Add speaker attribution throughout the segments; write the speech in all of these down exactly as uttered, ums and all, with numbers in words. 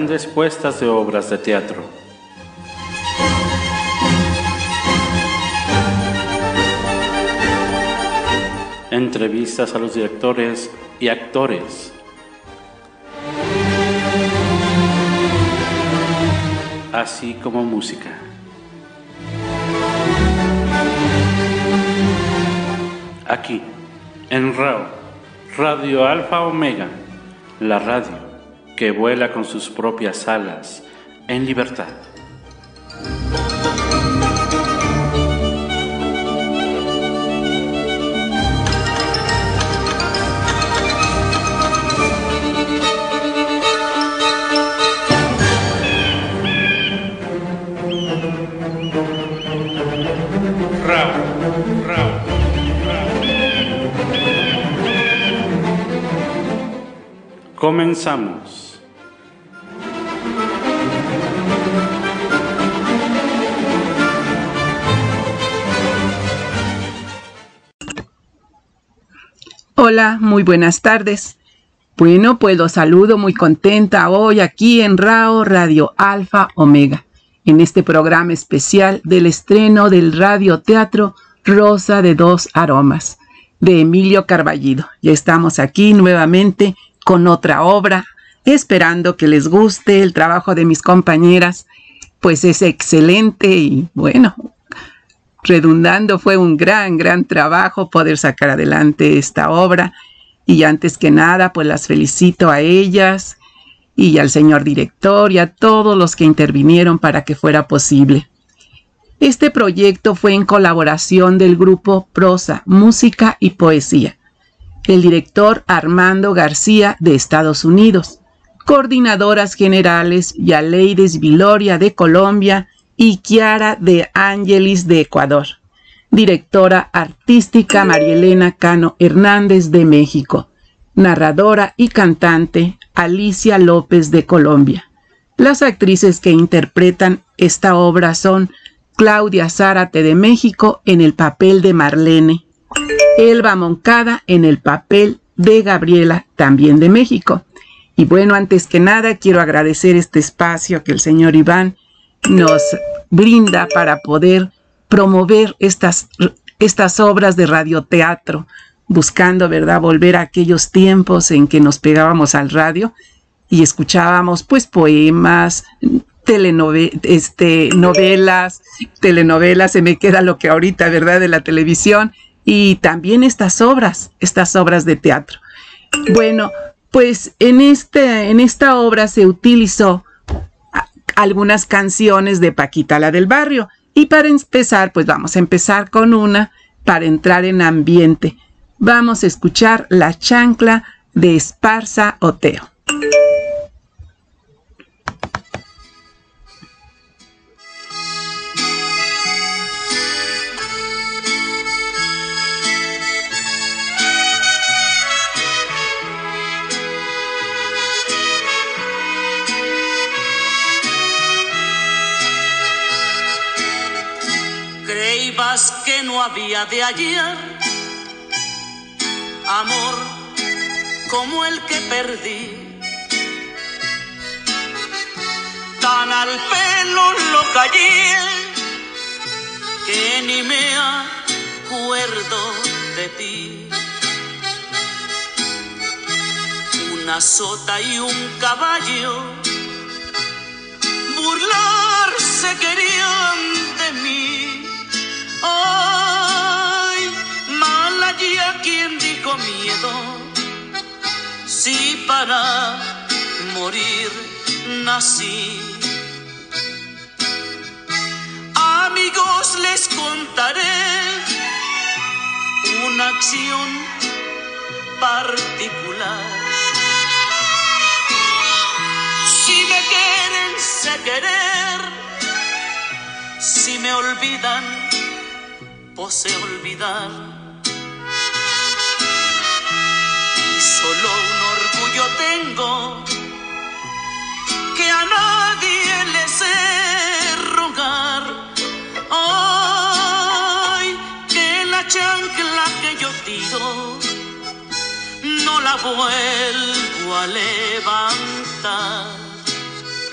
Speaker 1: grandes puestas de obras de teatro. Entrevistas a los directores y actores. Así como música. Aquí, en RAO, Radio Alfa Omega, la radio que vuela con sus propias alas en libertad. RAO, RAO, RAO. Comenzamos.
Speaker 2: Hola, muy buenas tardes. Bueno, pues los saludo muy contenta hoy aquí en RAO Radio Alfa Omega, en este programa especial del estreno del radioteatro Rosa de dos Aromas, de Emilio Carballido. Ya estamos aquí nuevamente con otra obra, esperando que les guste. El trabajo de mis compañeras, pues es excelente y bueno, redundando, fue un gran, gran trabajo poder sacar adelante esta obra. Y antes que nada, pues las felicito a ellas y al señor director y a todos los que intervinieron para que fuera posible. Este proyecto fue en colaboración del grupo Prosa, Música y Poesía, el director Armando García de Estados Unidos, coordinadoras generales Yaleides Viloria de Colombia y Kiara de Ángelis de Ecuador, directora artística Marielena Cano Hernández de México, narradora y cantante Alicia López de Colombia. Las actrices que interpretan esta obra son Claudia Zárate de México en el papel de Marlene, Elba Moncada en el papel de Gabriela, también de México. Y bueno, antes que nada quiero agradecer este espacio que el señor Iván nos brinda para poder promover estas, estas obras de radioteatro, buscando, ¿verdad?, volver a aquellos tiempos en que nos pegábamos al radio y escuchábamos pues poemas, telenove este, novelas, telenovelas, se me queda lo que ahorita, ¿verdad?, de la televisión, y también estas obras, estas obras de teatro. Bueno, pues en, este, en esta obra se utilizó algunas canciones de Paquita la del Barrio, y para empezar, pues vamos a empezar con una para entrar en ambiente. Vamos a escuchar La Chancla de Esparza Oteo.
Speaker 3: Creíbas que no había de ayer amor como el que perdí, tan al pelo lo callé que ni me acuerdo de ti. Una sota y un caballo burlarse querían de mí. Ay, mala ya quien dijo miedo, si para morir nací. Amigos, les contaré una acción particular. Si me quieren, sé querer. Si me olvidan, posé olvidar. Y solo un orgullo tengo, que a nadie le sé rogar. Ay, que la chancla que yo tiro no la vuelvo a levantar.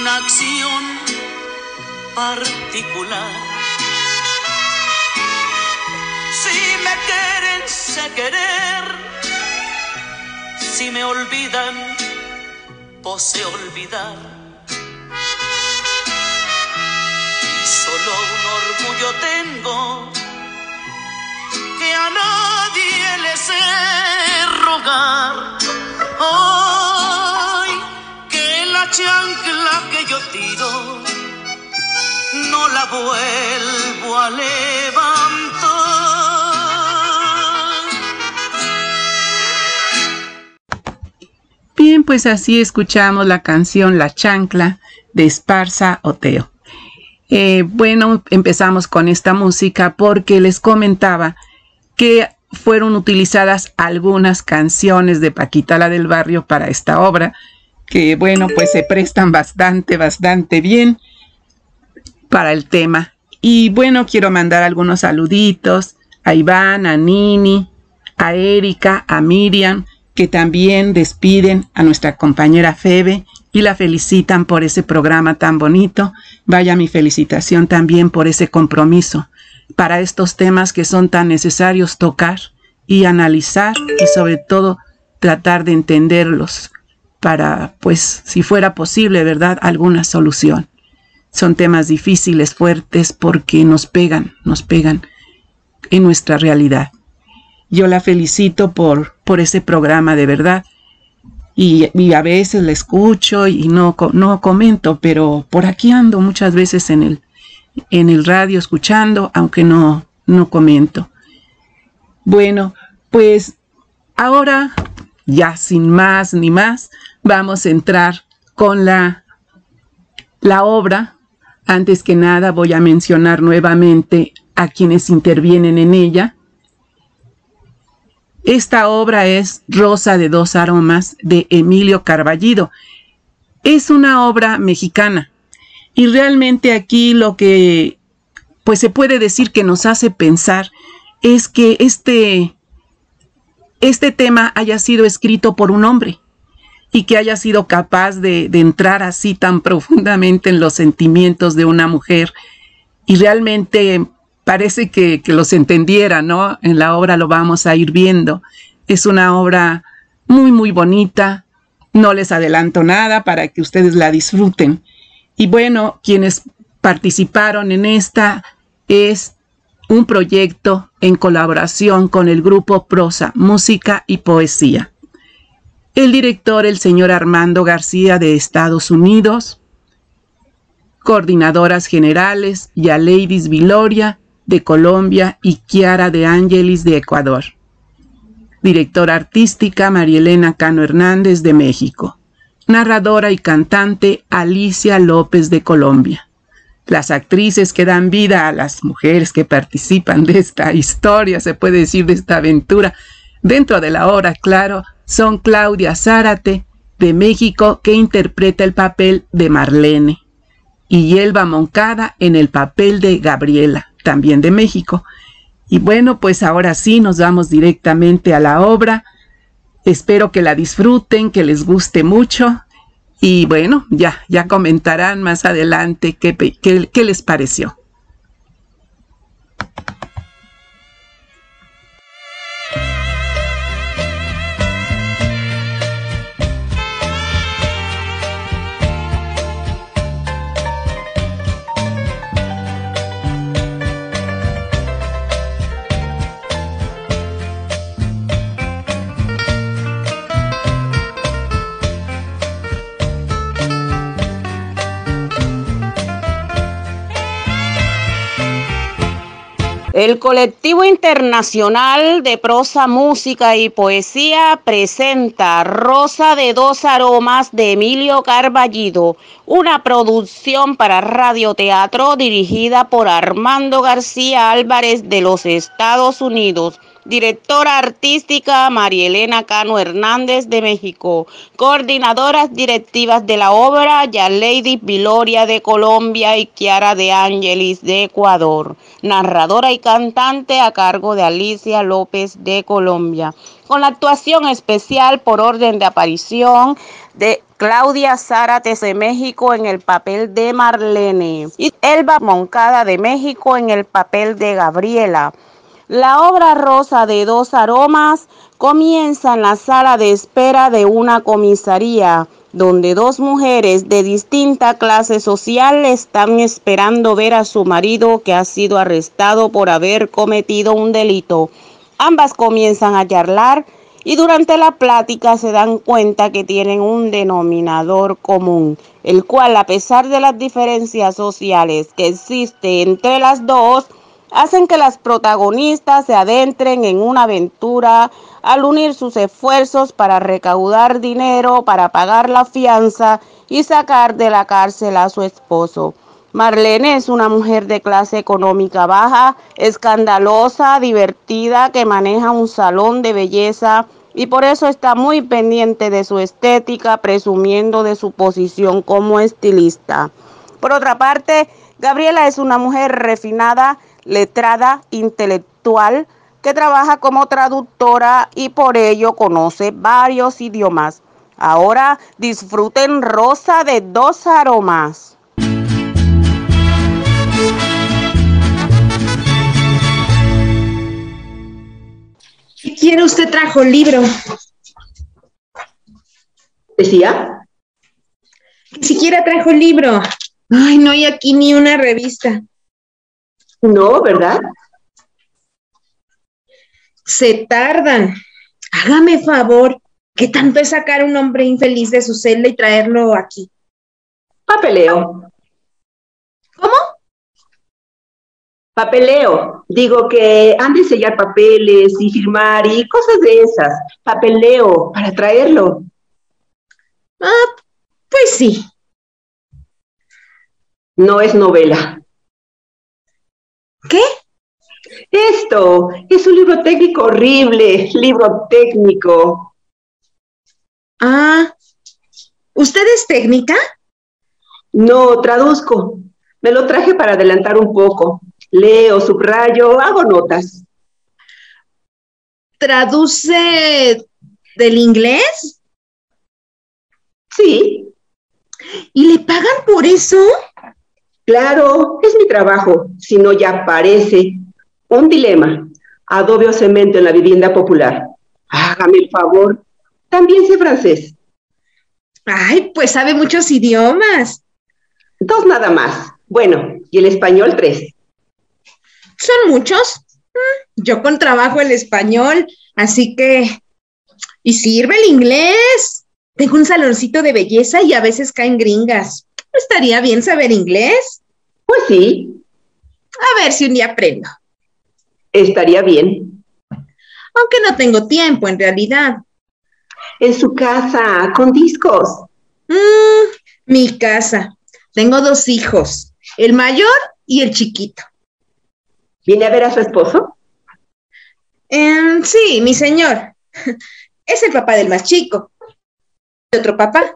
Speaker 3: una acción particular. Si me quieren, sé querer. Si me olvidan, pues sé olvidar. Y solo un orgullo tengo, que a nadie le sé rogar. Ay, que la chancla que yo tiro no la vuelvo a levantar.
Speaker 2: Bien, pues así escuchamos la canción La Chancla de Esparza Oteo. Eh, bueno, empezamos con esta música porque les comentaba que fueron utilizadas algunas canciones de Paquita la del Barrio para esta obra, que bueno, pues se prestan bastante, bastante bien para el tema. Y bueno, quiero mandar algunos saluditos a Iván, a Nini, a Erika, a Miriam, que también despiden a nuestra compañera Febe y la felicitan por ese programa tan bonito. Vaya mi felicitación también por ese compromiso para estos temas que son tan necesarios tocar y analizar, y sobre todo tratar de entenderlos para, pues, si fuera posible, ¿verdad?, alguna solución. Son temas difíciles, fuertes, porque nos pegan, nos pegan en nuestra realidad. Yo la felicito por, por ese programa, de verdad. Y, y a veces la escucho y no, no comento, pero por aquí ando muchas veces en el, en el radio escuchando, aunque no, no comento. Bueno, pues ahora, ya sin más ni más, vamos a entrar con la, la obra. Antes que nada voy a mencionar nuevamente a quienes intervienen en ella. Esta obra es Rosa de dos aromas de Emilio Carballido. Es una obra mexicana y realmente aquí lo que pues se puede decir que nos hace pensar es que este, este tema haya sido escrito por un hombre y que haya sido capaz de, de entrar así tan profundamente en los sentimientos de una mujer, y realmente parece que, que los entendiera, ¿no? En la obra lo vamos a ir viendo. Es una obra muy, muy bonita. No les adelanto nada para que ustedes la disfruten. Y bueno, quienes participaron en esta es un proyecto en colaboración con el grupo Prosa, Música y Poesía. El director, el señor Armando García de Estados Unidos. Coordinadoras generales, Yaleidis Viloria de Colombia y Chiara de Angelis de Ecuador. Directora artística, Marielena Cano Hernández de México. Narradora y cantante, Alicia López de Colombia. Las actrices que dan vida a las mujeres que participan de esta historia, se puede decir, de esta aventura, dentro de la obra, claro, son Claudia Zárate de México, que interpreta el papel de Marlene, y Yelva Moncada en el papel de Gabriela, también de México. Y bueno, pues ahora sí nos vamos directamente a la obra. Espero que la disfruten, que les guste mucho. Y bueno, ya, ya comentarán más adelante qué, qué, qué les pareció.
Speaker 4: El Colectivo Internacional de Prosa, Música y Poesía presenta Rosa de dos aromas de Emilio Carballido, una producción para radioteatro dirigida por Armando García Álvarez de los Estados Unidos, Directora artística María Elena Cano Hernández de México. Coordinadoras directivas de la obra Yalady Viloria de Colombia y Kiara de Angelis de Ecuador. Narradora y cantante a cargo de Alicia López de Colombia. Con la actuación especial por orden de aparición de Claudia Zárate de México en el papel de Marlene y Elba Moncada de México en el papel de Gabriela. La obra Rosa de dos aromas comienza en la sala de espera de una comisaría, donde dos mujeres de distinta clase social están esperando ver a su marido que ha sido arrestado por haber cometido un delito. Ambas comienzan a charlar y durante la plática se dan cuenta que tienen un denominador común, el cual, a pesar de las diferencias sociales que existen entre las dos, hacen que las protagonistas se adentren en una aventura al unir sus esfuerzos para recaudar dinero para pagar la fianza y sacar de la cárcel a su esposo. Marlene es una mujer de clase económica baja, escandalosa, divertida, que maneja un salón de belleza y por eso está muy pendiente de su estética, presumiendo de su posición como estilista. Por otra parte, Gabriela es una mujer refinada, letrada, intelectual, que trabaja como traductora y por ello conoce varios idiomas. Ahora disfruten Rosa de dos aromas.
Speaker 5: ¿Qué quiere usted? Trajo el libro.
Speaker 6: ¿Decía?
Speaker 5: Que siquiera trajo el libro. Ay, no hay aquí ni una revista.
Speaker 6: No, ¿verdad?
Speaker 5: Se tardan. Hágame favor. ¿Qué tanto es sacar a un hombre infeliz de su celda y traerlo aquí?
Speaker 6: Papeleo.
Speaker 5: ¿Cómo?
Speaker 6: Papeleo. Digo que han de sellar papeles y firmar y cosas de esas. Papeleo para traerlo.
Speaker 5: Ah, pues sí.
Speaker 6: No es novela.
Speaker 5: ¿Qué?
Speaker 6: Esto es un libro técnico horrible, libro técnico.
Speaker 5: Ah, ¿usted es técnica?
Speaker 6: No, traduzco. Me lo traje para adelantar un poco. Leo, subrayo, hago notas.
Speaker 5: ¿Traduce del inglés?
Speaker 6: Sí.
Speaker 5: ¿Y le pagan por eso?
Speaker 6: Claro, es mi trabajo, si no ya parece un dilema. Adobe o cemento en la vivienda popular. Hágame el favor, también sé francés.
Speaker 5: Ay, pues sabe muchos idiomas.
Speaker 6: Dos nada más. Bueno, y el español tres.
Speaker 5: ¿Son muchos? Yo con trabajo el español, así que... ¿Y sirve el inglés? Tengo un saloncito de belleza y a veces caen gringas. ¿Estaría bien saber inglés?
Speaker 6: Pues sí.
Speaker 5: A ver si un día aprendo.
Speaker 6: Estaría bien.
Speaker 5: Aunque no tengo tiempo, en realidad.
Speaker 6: En su casa, con discos.
Speaker 5: Mm, mi casa. Tengo dos hijos, el mayor y el chiquito.
Speaker 6: ¿Viene a ver a su esposo?
Speaker 5: Eh, sí, mi señor. Es el papá del más chico. ¿Y otro papá?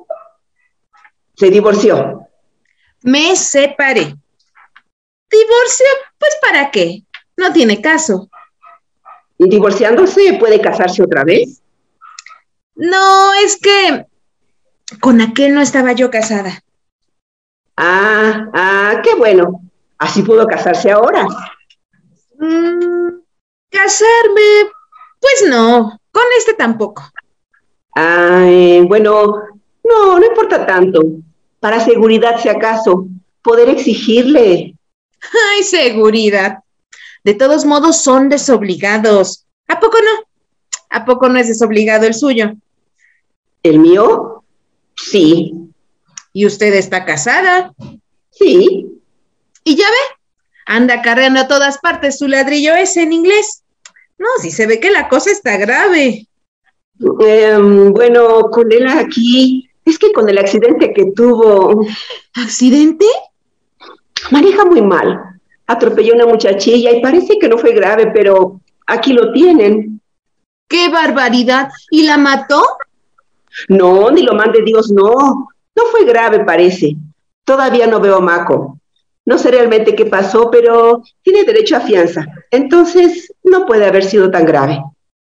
Speaker 6: Se divorció.
Speaker 5: Me separé. ¿Divorcio? Pues ¿para qué? No tiene caso.
Speaker 6: ¿Divorciándose puede casarse otra vez?
Speaker 5: No, es que con aquel no estaba yo casada.
Speaker 6: Ah, ah, qué bueno. Así pudo casarse ahora.
Speaker 5: Mm, ¿casarme? Pues no, con este tampoco.
Speaker 6: Ah, eh, bueno, no, no importa tanto. Para seguridad, si acaso, poder exigirle.
Speaker 5: Ay, seguridad. De todos modos son desobligados. ¿A poco no? ¿A poco no es desobligado el suyo?
Speaker 6: ¿El mío? Sí.
Speaker 5: ¿Y usted está casada?
Speaker 6: Sí.
Speaker 5: ¿Y ya ve? Anda carreando a todas partes su ladrillo ese en inglés. No, sí se ve que la cosa está grave.
Speaker 6: Eh, bueno, con él aquí, es que con el accidente que tuvo...
Speaker 5: ¿Accidente?
Speaker 6: Maneja muy mal. Atropelló a una muchachilla y parece que no fue grave, pero Aquí lo tienen.
Speaker 5: ¡Qué barbaridad! ¿Y la mató?
Speaker 6: No, ni lo mande Dios, no. No fue grave, parece. Todavía no veo a Mako. No sé realmente qué pasó, pero tiene derecho a fianza. Entonces, no puede haber sido tan grave.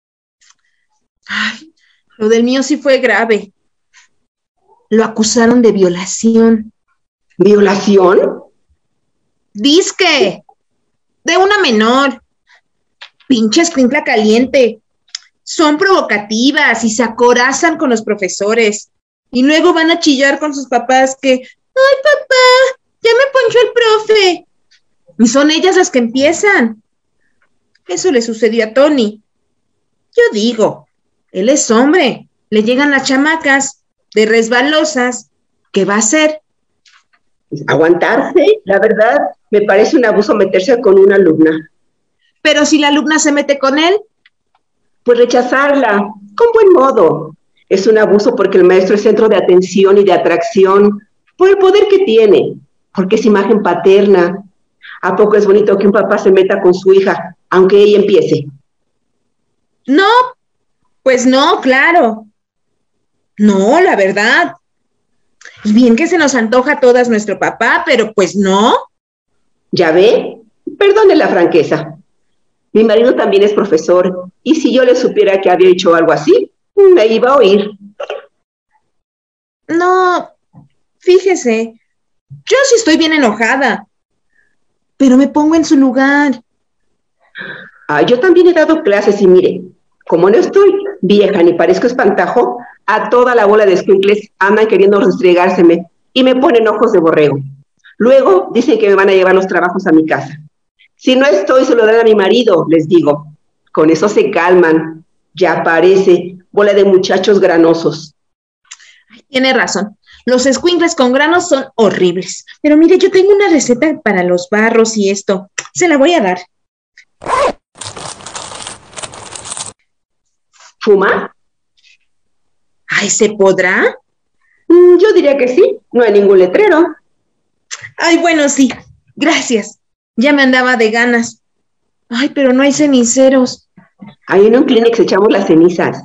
Speaker 5: Ay, lo del mío sí fue grave. Lo acusaron de violación.
Speaker 6: ¿Violación?
Speaker 5: ¡Disque! De una menor. Pinche escuincla caliente. Son provocativas y se acorazan con los profesores. Y luego van a chillar con sus papás que, ¡ay, papá! ¡Ya me ponchó el profe! Y son ellas las que empiezan. Eso le sucedió a Tony. Yo digo, él es hombre. Le llegan las chamacas de resbalosas. ¿Qué va a hacer?
Speaker 6: Aguantarse, la verdad, me parece un abuso meterse con una alumna.
Speaker 5: Pero si la alumna se mete con él,
Speaker 6: pues rechazarla, con buen modo. Es un abuso porque el maestro es centro de atención y de atracción, por el poder que tiene, porque es imagen paterna. ¿A poco es bonito que un papá se meta con su hija, aunque ella empiece?
Speaker 5: no, pues no, claro. No, la verdad. Y bien que se nos antoja a todas nuestro papá, pero pues no.
Speaker 6: ¿Ya ve? Perdone la franqueza. Mi marido también es profesor, y si yo le supiera que había hecho algo así, me iba a oír.
Speaker 5: No, fíjese, yo sí estoy bien enojada, pero me pongo en su lugar.
Speaker 6: Ah, yo también he dado clases y mire, como no estoy vieja ni parezco espantajo, a toda la bola de escuincles andan queriendo restregárseme y me ponen ojos de borrego. Luego dicen que me van a llevar los trabajos a mi casa. Si no estoy, se lo dan a mi marido, les digo. Con eso se calman. Ya parece bola de muchachos granosos.
Speaker 5: Tiene razón, los escuincles con granos son horribles. Pero mire, yo tengo una receta para los barros y esto. Se la voy a dar.
Speaker 6: ¿Fuma?
Speaker 5: Ay, ¿se podrá?
Speaker 6: Mm, yo diría que sí, no hay ningún letrero.
Speaker 5: Ay, bueno, sí, gracias. Ya me andaba de ganas. Ay, pero no hay ceniceros.
Speaker 6: Ahí en un Kleenex echamos las cenizas.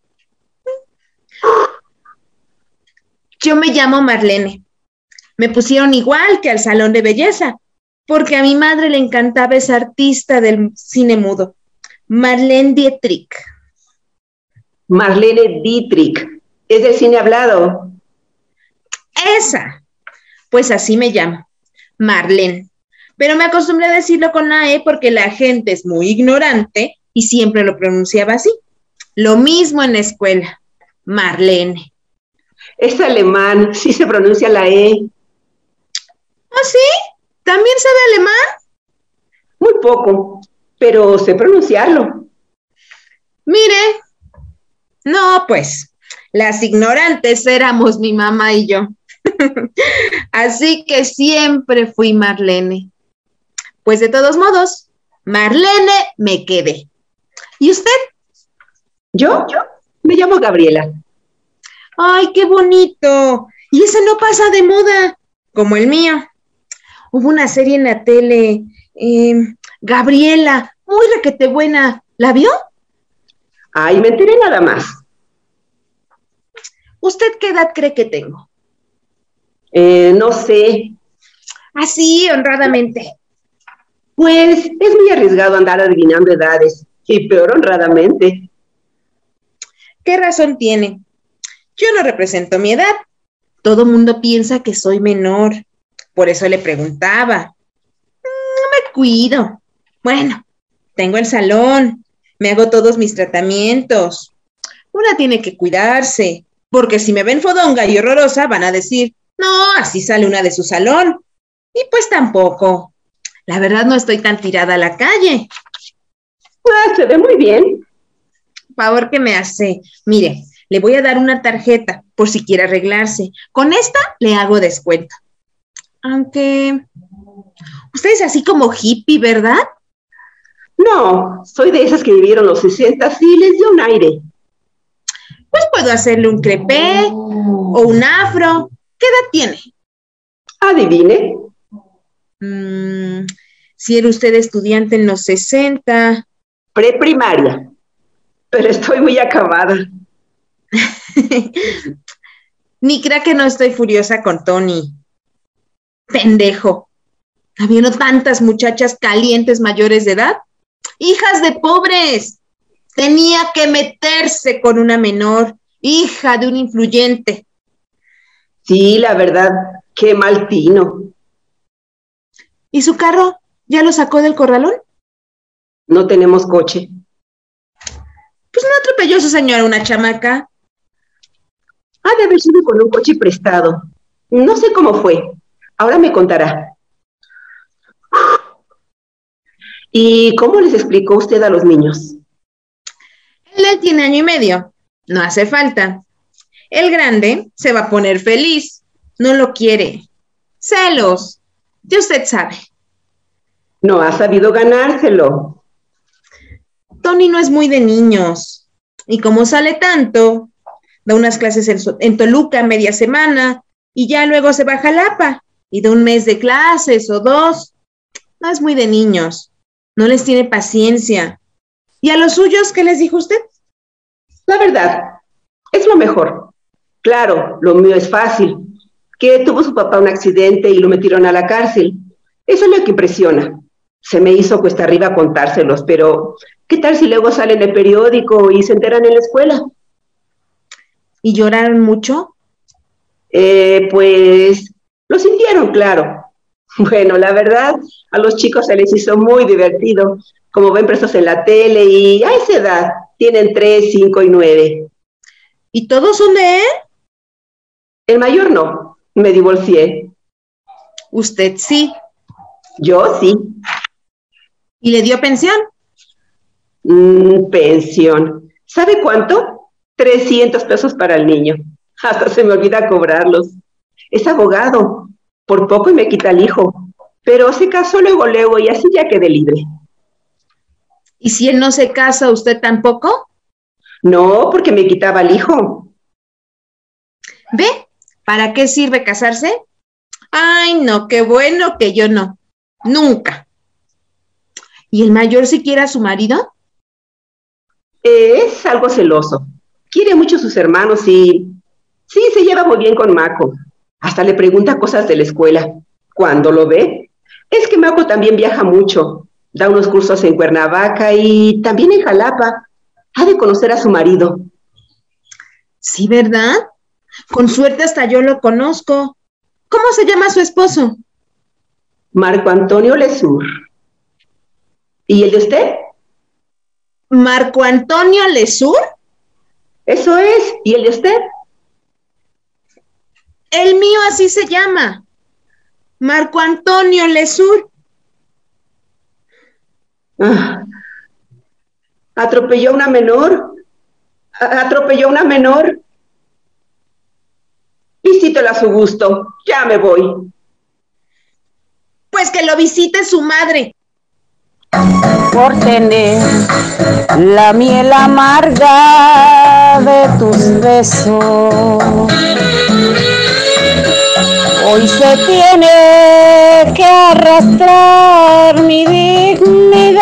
Speaker 5: Yo me llamo Marlene. Me pusieron igual que al salón de belleza, porque a mi madre le encantaba esa artista del cine mudo, Marlene Dietrich.
Speaker 6: Marlene Dietrich, es del cine hablado.
Speaker 5: Esa, pues así me llamo, Marlene. Pero me acostumbré a decirlo con la E porque la gente es muy ignorante y siempre lo pronunciaba así. Lo mismo en la escuela, Marlene.
Speaker 6: Es alemán, sí se pronuncia la E.
Speaker 5: ¿Ah, sí? ¿También sabe alemán?
Speaker 6: Muy poco, pero sé pronunciarlo.
Speaker 5: Mire, no, pues, las ignorantes éramos mi mamá y yo. Así que siempre fui Marlene. Pues de todos modos, Marlene me quedé. ¿Y usted?
Speaker 6: ¿Yo? Yo me llamo Gabriela.
Speaker 5: ¡Ay, qué bonito! Y ese no pasa de moda, como el mío. Hubo una serie en la tele, eh, Gabriela, muy requete buena. ¿La vio?
Speaker 6: Ay, me enteré nada más.
Speaker 5: ¿Usted qué edad cree que tengo?
Speaker 6: Eh, no sé.
Speaker 5: Así, honradamente.
Speaker 6: Pues es muy arriesgado andar adivinando edades, y peor honradamente.
Speaker 5: ¿Qué razón tiene? Yo no represento mi edad. Todo mundo piensa que soy menor. Por eso le preguntaba. No me cuido. Bueno, tengo el salón. Me hago todos mis tratamientos. Una tiene que cuidarse, porque si me ven fodonga y horrorosa, van a decir, no, así sale una de su salón. Y pues tampoco. La verdad no estoy tan tirada a la calle.
Speaker 6: Ah, se ve muy bien.
Speaker 5: Favor que me hace. Mire, le voy a dar una tarjeta por si quiere arreglarse. Con esta le hago descuento. Aunque usted es así como hippie, ¿verdad?
Speaker 6: No, soy de esas que vivieron los sesenta y les dio un aire.
Speaker 5: Pues puedo hacerle un crepé o un afro. ¿Qué edad tiene?
Speaker 6: Adivine.
Speaker 5: Mm, si era usted estudiante en los sesenta,
Speaker 6: Preprimaria, pero estoy muy acabada.
Speaker 5: Ni crea que no estoy furiosa con Tony. Pendejo. Habiendo tantas muchachas calientes mayores de edad, hijas de pobres. Tenía que meterse con una menor, hija de un influyente.
Speaker 6: Sí, la verdad, qué mal tino.
Speaker 5: ¿Y su carro? ¿Ya lo sacó del corralón?
Speaker 6: No tenemos coche.
Speaker 5: Pues no atropelló su señora una chamaca.
Speaker 6: Ha de haber sido con un coche prestado. No sé cómo fue. Ahora me contará. ¿Y cómo les explicó usted a los niños?
Speaker 5: Él tiene año y medio. No hace falta. El grande se va a poner feliz. No lo quiere. Celos. Ya usted sabe.
Speaker 6: No ha sabido ganárselo.
Speaker 5: Tony no es muy de niños. Y como sale tanto, da unas clases en, en Toluca media semana y ya luego se va a Jalapa y da un mes de clases o dos. No es muy de niños. No les tiene paciencia. ¿Y a los suyos qué les dijo usted?
Speaker 6: La verdad, es lo mejor. Claro, lo mío es fácil. Que tuvo su papá un accidente y lo metieron a la cárcel. Eso es lo que impresiona. Se me hizo cuesta arriba contárselos, pero ¿qué tal si luego sale en el periódico y se enteran en la escuela?
Speaker 5: ¿Y lloraron mucho?
Speaker 6: Eh, pues, lo sintieron, claro. Bueno, la verdad, a los chicos se les hizo muy divertido, como ven presos en la tele y a esa edad tienen tres, cinco y nueve.
Speaker 5: ¿Y todos son de él?
Speaker 6: El mayor no, me divorcié.
Speaker 5: Usted sí.
Speaker 6: Yo sí.
Speaker 5: ¿Y le dio pensión?
Speaker 6: Mm, pensión. ¿Sabe cuánto? trescientos pesos para el niño. Hasta se me olvida cobrarlos. Es abogado. Por poco y me quita el hijo. Pero se casó luego, luego y así ya quedé libre.
Speaker 5: ¿Y si él no se casa, usted tampoco?
Speaker 6: No, porque me quitaba el hijo.
Speaker 5: ¿Ve? ¿Para qué sirve casarse? Ay, no, qué bueno que yo no. Nunca. ¿Y el mayor si quiere a su marido?
Speaker 6: Es algo celoso. Quiere mucho a sus hermanos y... sí, se lleva muy bien con Maco. Hasta le pregunta cosas de la escuela. Cuando lo ve, es que Maco también viaja mucho. Da unos cursos en Cuernavaca y también en Jalapa. Ha de conocer a su marido.
Speaker 5: Sí, ¿verdad? Con suerte hasta yo lo conozco. ¿Cómo se llama su esposo?
Speaker 6: Marco Antonio Lesur. ¿Y el de usted?
Speaker 5: ¿Marco Antonio Lesur?
Speaker 6: Eso es. ¿Y el de usted?
Speaker 5: El mío así se llama. Marco Antonio Lesur.
Speaker 6: Ah, atropelló a una menor. A- atropelló a una menor. Visítela a su gusto. Ya me voy.
Speaker 5: Pues que lo visite su madre.
Speaker 4: Por tener la miel amarga de tus besos, hoy se tiene que arrastrar mi dignidad.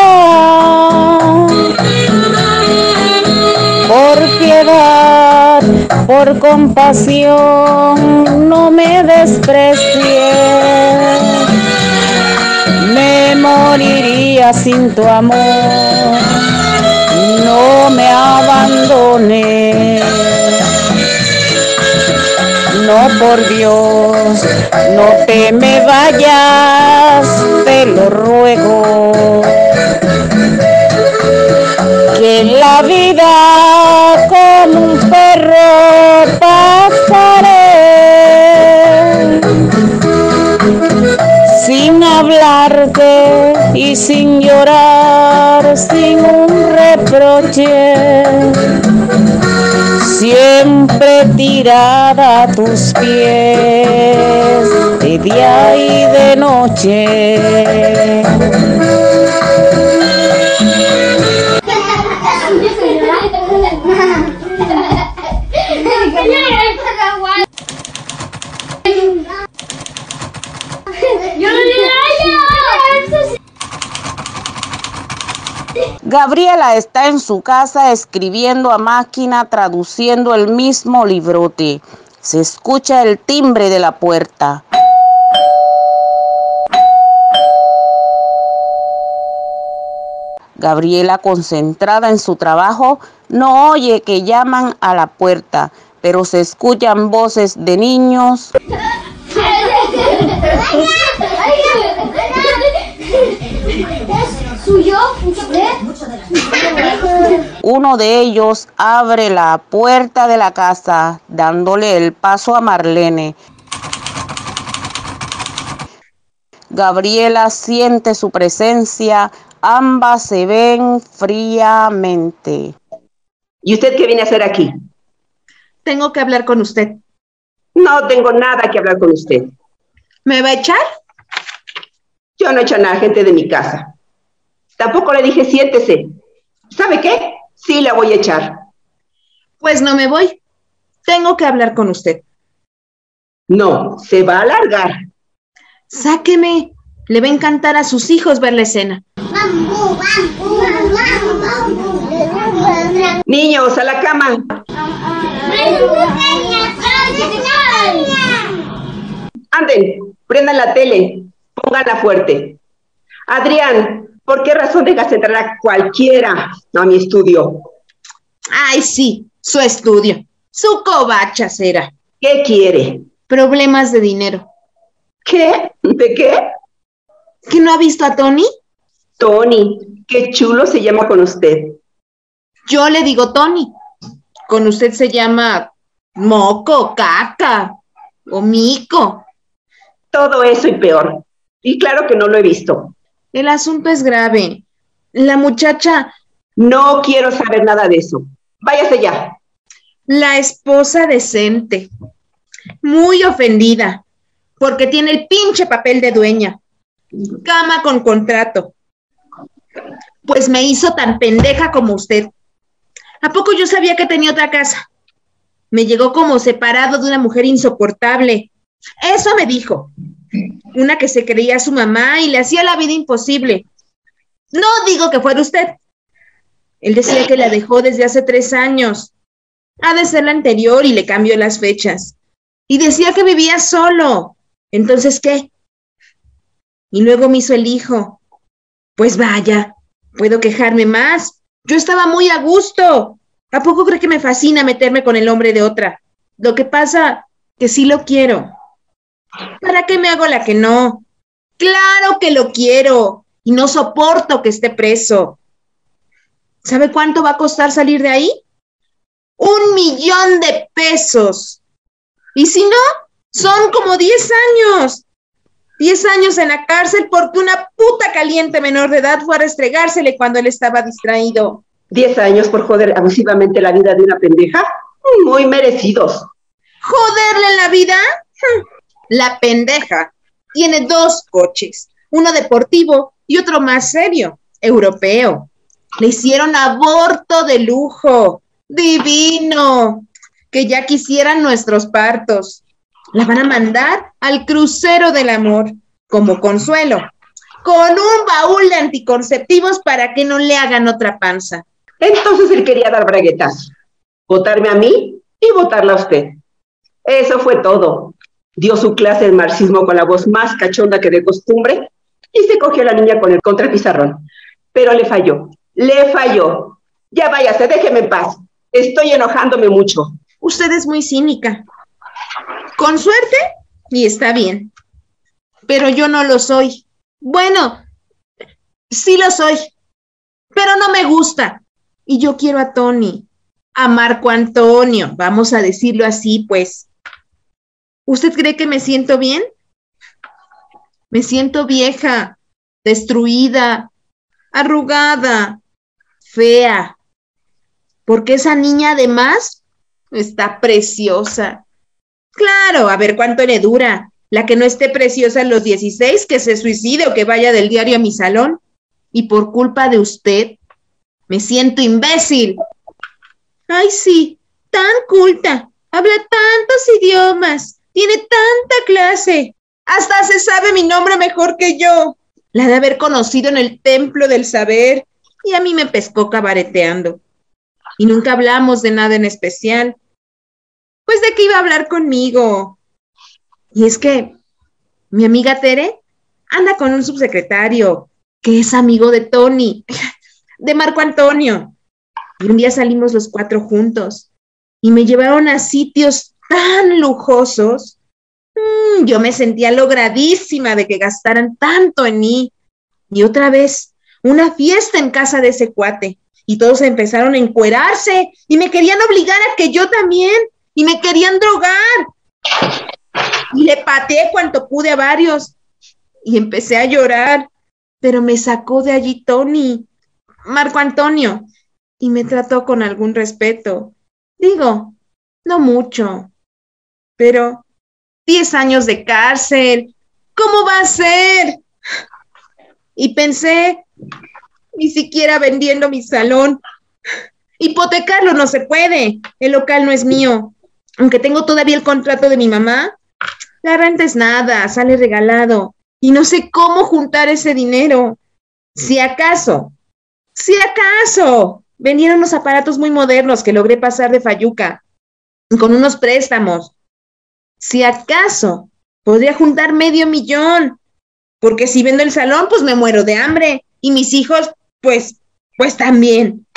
Speaker 4: Por piedad, por compasión, no me desprecies. Me moriría sin tu amor, no me abandones. No, por Dios, no te me vayas, te lo ruego. Que en la vida como un perro pasaré, sin hablarte y sin llorar, sin un reproche, siempre tirada a tus pies, de día y de noche. Gabriela está en su casa escribiendo a máquina, traduciendo el mismo librote. Se escucha el timbre de la puerta. Gabriela, concentrada en su trabajo, no oye que llaman a la puerta, pero se escuchan voces de niños. Uno de ellos abre la puerta de la casa, dándole el paso a Marlene. Gabriela siente su presencia. Ambas se ven fríamente.
Speaker 6: ¿Y usted qué viene a hacer aquí?
Speaker 5: Tengo que hablar con usted.
Speaker 6: No tengo nada que hablar con usted.
Speaker 5: ¿Me va a echar?
Speaker 6: Yo no echo a la gente de mi casa. Tampoco le dije siéntese. ¿Sabe qué? Sí la voy a echar.
Speaker 5: Pues no me voy. Tengo que hablar con usted.
Speaker 6: No, se va a largar.
Speaker 5: Sáqueme. Le va a encantar a sus hijos ver la escena.
Speaker 6: Niños, a la cama. Anden, prendan la tele, pónganla fuerte. Adrián, ¿por qué razón dejas entrar a cualquiera a mi estudio?
Speaker 5: Ay, sí, su estudio. Su covacha será.
Speaker 6: ¿Qué quiere?
Speaker 5: Problemas de dinero.
Speaker 6: ¿Qué? ¿De qué?
Speaker 5: ¿Que no ha visto a Tony?
Speaker 6: Tony, qué chulo se llama con usted.
Speaker 5: Yo le digo Tony. Con usted se llama moco, caca o mico.
Speaker 6: Todo eso y peor. Y claro que no lo he visto.
Speaker 5: El asunto es grave. La muchacha...
Speaker 6: No quiero saber nada de eso. Váyase ya.
Speaker 5: La esposa decente. Muy ofendida. Porque tiene el pinche papel de dueña. Cama con contrato. Pues me hizo tan pendeja como usted. ¿A poco yo sabía que tenía otra casa? Me llegó como separado de una mujer insoportable. Eso me dijo. Una que se creía su mamá y le hacía la vida imposible. No digo que fuera usted. Él decía que la dejó desde hace tres años. Ha de ser la anterior y le cambió las fechas. Y decía que vivía solo. ¿Entonces qué? Y luego me hizo el hijo. Pues vaya, ¿puedo quejarme más? Yo estaba muy a gusto. ¿A poco cree que me fascina meterme con el hombre de otra? Lo que pasa que sí lo quiero. ¿Para qué me hago la que no? ¡Claro que lo quiero! Y no soporto que esté preso. ¿Sabe cuánto va a costar salir de ahí? ¡Un millón de pesos! Y si no, son como diez años. Diez años en la cárcel porque una puta caliente menor de edad fue a restregársele cuando él estaba distraído.
Speaker 6: ¿Diez años por joder abusivamente la vida de una pendeja? Muy merecidos.
Speaker 5: ¿Joderle la vida? La pendeja tiene dos coches, uno deportivo y otro más serio, europeo. Le hicieron aborto de lujo. ¡Divino! Que ya quisieran nuestros partos. La van a mandar al crucero del amor, como consuelo, con un baúl de anticonceptivos para que no le hagan otra panza.
Speaker 6: Entonces él quería dar braguetazo, votarme a mí y votarla a usted. Eso fue todo. Dio su clase de marxismo con la voz más cachonda que de costumbre y se cogió a la niña con el contrapizarrón. Pero le falló, le falló. Ya váyase, déjeme en paz. Estoy enojándome mucho.
Speaker 5: Usted es muy cínica. Con suerte, y está bien. Pero yo no lo soy. Bueno, sí lo soy, pero no me gusta. Y yo quiero a Tony, a Marco Antonio, vamos a decirlo así, pues. ¿Usted cree que me siento bien? Me siento vieja, destruida, arrugada, fea. Porque esa niña además está preciosa. Claro, a ver cuánto le dura. La que no esté preciosa en los dieciséis, que se suicide o que vaya del diario a mi salón. Y por culpa de usted, me siento imbécil. Ay, sí, tan culta. Habla tantos idiomas. Tiene tanta clase. Hasta se sabe mi nombre mejor que yo. La de haber conocido en el templo del saber. y a mí me pescó cabareteando. Y nunca hablamos de nada en especial. Pues de qué iba a hablar conmigo. Y es que mi amiga Tere anda con un subsecretario que es amigo de Tony, de Marco Antonio. Y un día salimos los cuatro juntos y me llevaron a sitios tan lujosos. Mm, yo me sentía logradísima de que gastaran tanto en mí. Y otra vez, una fiesta en casa de ese cuate. Y todos empezaron a encuerarse y me querían obligar a que yo también. Y me querían drogar. Y le pateé cuanto pude a varios. Y empecé a llorar. Pero me sacó de allí Tony, Marco Antonio, y me trató con algún respeto. Digo, no mucho. Pero diez años de cárcel, ¿cómo va a ser? Y pensé, ni siquiera vendiendo mi salón. Hipotecarlo no se puede. El local no es mío. Aunque tengo todavía el contrato de mi mamá, la renta es nada, sale regalado. Y no sé cómo juntar ese dinero. Si acaso, si acaso, vendieron unos aparatos muy modernos que logré pasar de Fayuca, con unos préstamos. Si acaso, podría juntar medio millón. Porque si vendo el salón, pues me muero de hambre. Y mis hijos, pues, pues también.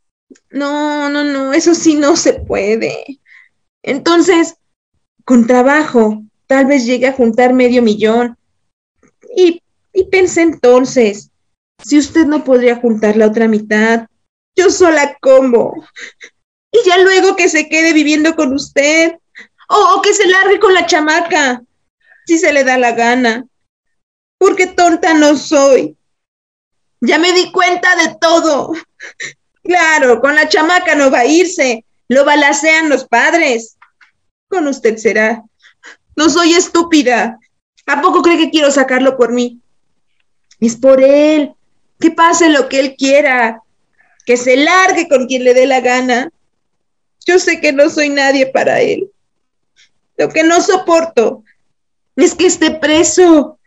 Speaker 5: No, no, no, eso sí no se puede. Entonces, con trabajo, tal vez llegue a juntar medio millón. Y, y pensé entonces, si usted no podría juntar la otra mitad, yo sola como. Y ya luego que se quede viviendo con usted. O, o que se largue con la chamaca, si se le da la gana. Porque tonta no soy. Ya me di cuenta de todo. Claro, con la chamaca no va a irse. Lo balacean los padres. Con usted será. No soy estúpida. ¿A poco cree que quiero sacarlo por mí? Es por él. Que pase lo que él quiera. Que se largue con quien le dé la gana. Yo sé que no soy nadie para él. Lo que no soporto es que esté preso.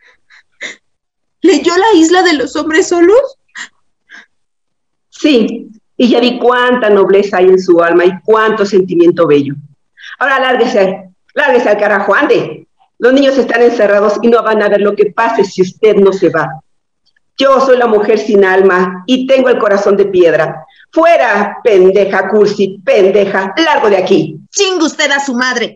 Speaker 5: ¿Leyó La isla de los hombres solos?
Speaker 6: Sí, y ya vi cuánta nobleza hay en su alma y cuánto sentimiento bello. Ahora lárguese, lárguese al carajo, ande. Los niños están encerrados y no van a ver lo que pase si usted no se va. Yo soy la mujer sin alma y tengo el corazón de piedra. ¡Fuera, pendeja, cursi, pendeja! ¡Largo de aquí!
Speaker 5: ¡Chingue usted a su madre!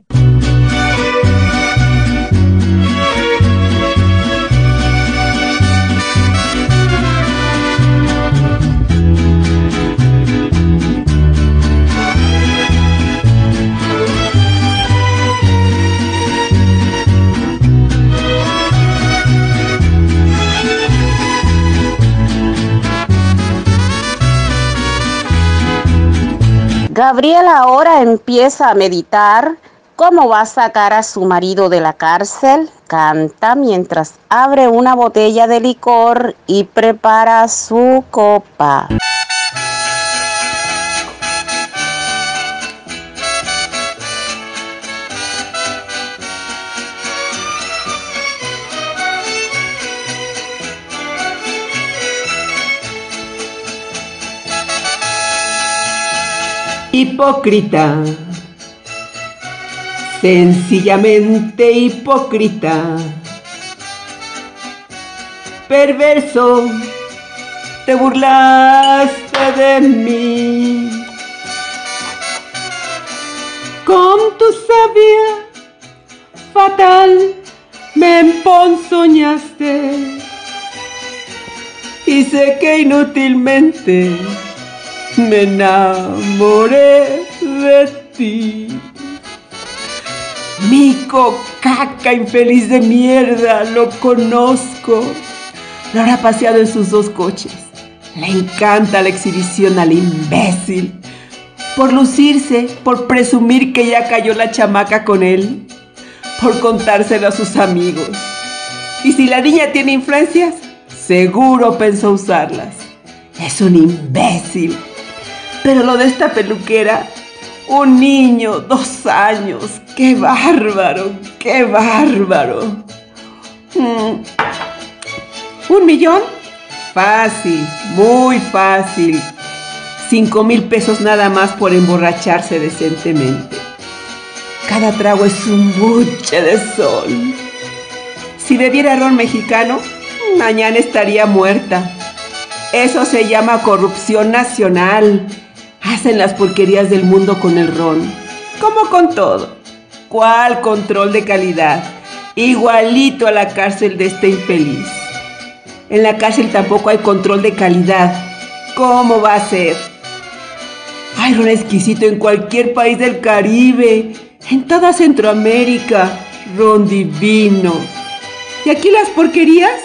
Speaker 4: Gabriel ahora empieza a meditar cómo va a sacar a su marido de la cárcel. Canta mientras abre una botella de licor y prepara su copa.
Speaker 6: Hipócrita, sencillamente hipócrita, perverso, te burlaste de mí. Con tu sabia fatal me emponzoñaste y sé que inútilmente me enamoré de ti. Mico, caca, infeliz de mierda, lo conozco. Lo habrá paseado en sus dos coches. Le encanta la exhibición al imbécil. Por lucirse, por presumir que ya cayó la chamaca con él. Por contárselo a sus amigos. Y si la niña tiene influencias, seguro pensó usarlas. Es un imbécil. Pero lo de esta peluquera, un niño, dos años, ¡qué bárbaro! ¡Qué bárbaro! Mm. ¿Un millón? Fácil, muy fácil. Cinco mil pesos nada más por emborracharse decentemente. Cada trago es un buche de sol. Si bebiera ron mexicano, mañana estaría muerta. Eso se llama corrupción nacional. Hacen las porquerías del mundo con el ron, como con todo. ¿Cuál control de calidad? Igualito a la cárcel de este infeliz. En la cárcel tampoco hay control de calidad. ¿Cómo va a ser? Hay ron exquisito en cualquier país del Caribe, en toda Centroamérica, ron divino. ¿Y aquí las porquerías?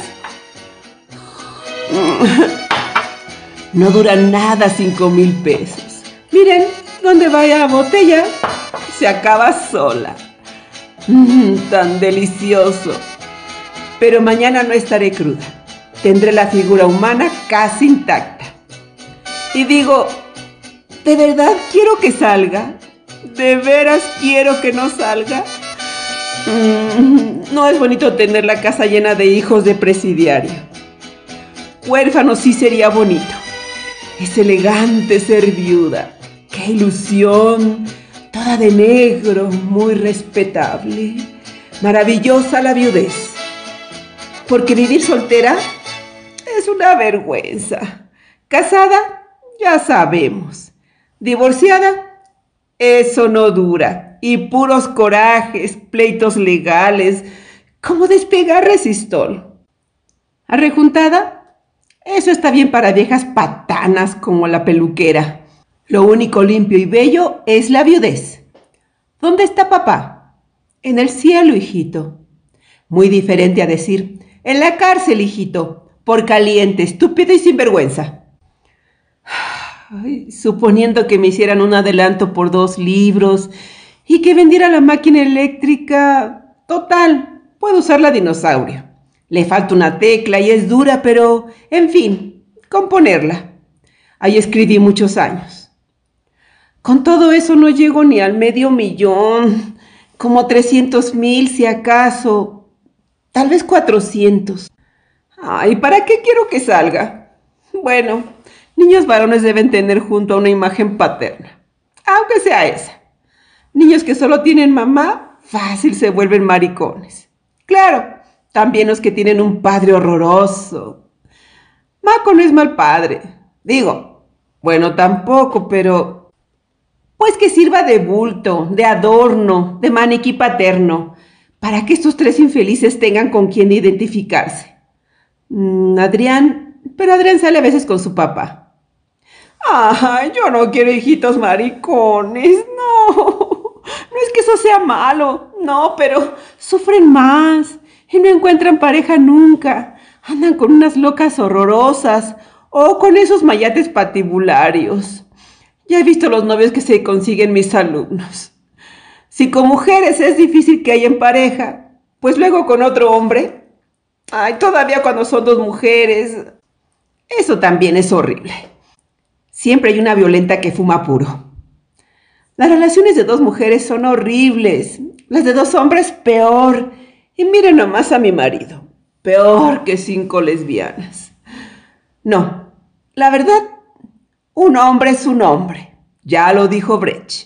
Speaker 6: No duran nada cinco mil pesos. Miren, donde vaya botella, se acaba sola. Mm, tan delicioso. Pero mañana no estaré cruda. Tendré la figura humana casi intacta. Y digo, ¿de verdad quiero que salga? ¿De veras quiero que no salga? Mm, no es bonito tener la casa llena de hijos de presidiario. Huérfano sí sería bonito. Es elegante ser viuda. ¡Qué ilusión! Toda de negro, muy respetable. Maravillosa la viudez. Porque vivir soltera es una vergüenza. Casada, ya sabemos. Divorciada, eso no dura. Y puros corajes, pleitos legales, como despegar resistol. Arrejuntada, eso está bien para viejas patanas como la peluquera. Lo único limpio y bello es la viudez. ¿Dónde está papá? En el cielo, hijito. Muy diferente a decir, en la cárcel, hijito, por caliente, estúpido y sinvergüenza. Ay, suponiendo que me hicieran un adelanto por dos libros y que vendiera la máquina eléctrica, total, puedo usar la dinosaurio. Le falta una tecla y es dura, pero, en fin, componerla. Ahí escribí muchos años. Con todo eso no llego ni al medio millón, como trescientos mil si acaso, tal vez cuatrocientos. Ay, ¿para qué quiero que salga? Bueno, niños varones deben tener junto a una imagen paterna, aunque sea esa. Niños que solo tienen mamá, fácil se vuelven maricones. Claro, también los que tienen un padre horroroso. Maco no es mal padre. Digo, bueno, tampoco, pero pues que sirva de bulto, de adorno, de maniquí paterno, para que estos tres infelices tengan con quién identificarse. Mm, Adrián, pero Adrián sale a veces con su papá. Ay, yo no quiero hijitos maricones, no. No es que eso sea malo, no, pero sufren más y no encuentran pareja nunca. Andan con unas locas horrorosas o con esos mayates patibularios. Ya he visto los novios que se consiguen mis alumnos. Si con mujeres es difícil que hayan pareja, pues luego con otro hombre. Ay, todavía cuando son dos mujeres. Eso también es horrible. Siempre hay una violenta que fuma puro. Las relaciones de dos mujeres son horribles. Las de dos hombres peor. Y miren nomás a mi marido. Peor que cinco lesbianas. No, la verdad, un hombre es un hombre. Ya lo dijo Brecht.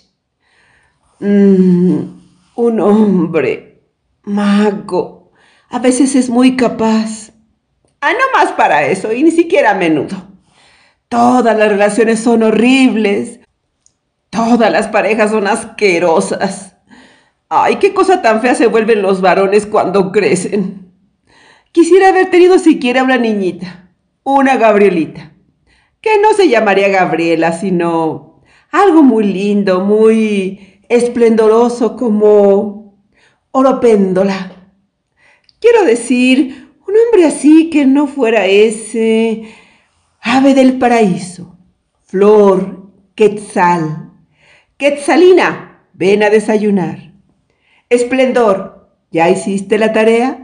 Speaker 6: Mm, un hombre mago. A veces es muy capaz. Ah, no más para eso, y ni siquiera a menudo. Todas las relaciones son horribles. Todas las parejas son asquerosas. Ay, qué cosa tan fea se vuelven los varones cuando crecen. Quisiera haber tenido siquiera una niñita, una Gabrielita, que no se llamaría Gabriela, sino algo muy lindo, muy esplendoroso como Oropéndola. Quiero decir, un hombre así que no fuera ese ave del paraíso, flor, quetzal, quetzalina, ven a desayunar. Esplendor, ¿ya hiciste la tarea?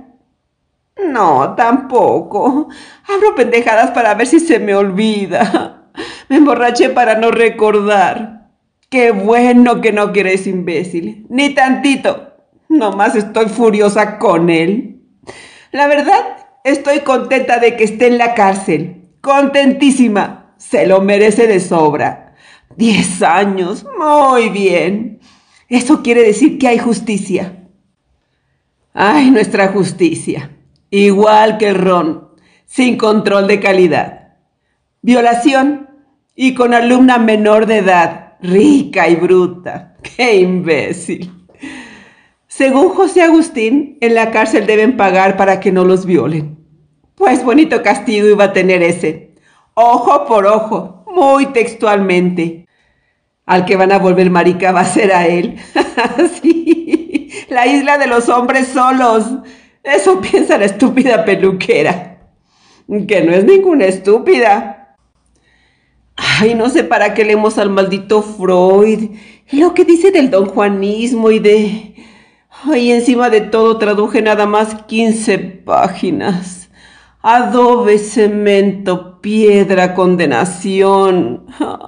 Speaker 6: No, tampoco. Abro pendejadas para ver si se me olvida. Me emborraché para no recordar. Qué bueno que no quieres, imbécil. Ni tantito. Nomás estoy furiosa con él. La verdad, estoy contenta de que esté en la cárcel. Contentísima. Se lo merece de sobra. Diez años. Muy bien. Eso quiere decir que hay justicia. Ay, nuestra justicia. Igual que el ron, sin control de calidad. Violación y con alumna menor de edad, rica y bruta. ¡Qué imbécil! Según José Agustín, en la cárcel deben pagar para que no los violen. Pues bonito castigo iba a tener ese. Ojo por ojo, muy textualmente. Al que van a volver marica va a ser a él. Sí, la isla de los hombres solos. Eso piensa la estúpida peluquera. Que no es ninguna estúpida. Ay, no sé para qué leemos al maldito Freud. Lo que dice del don Juanismo y de... Ay, encima de todo traduje nada más quince páginas. Adobe, cemento, piedra, condenación.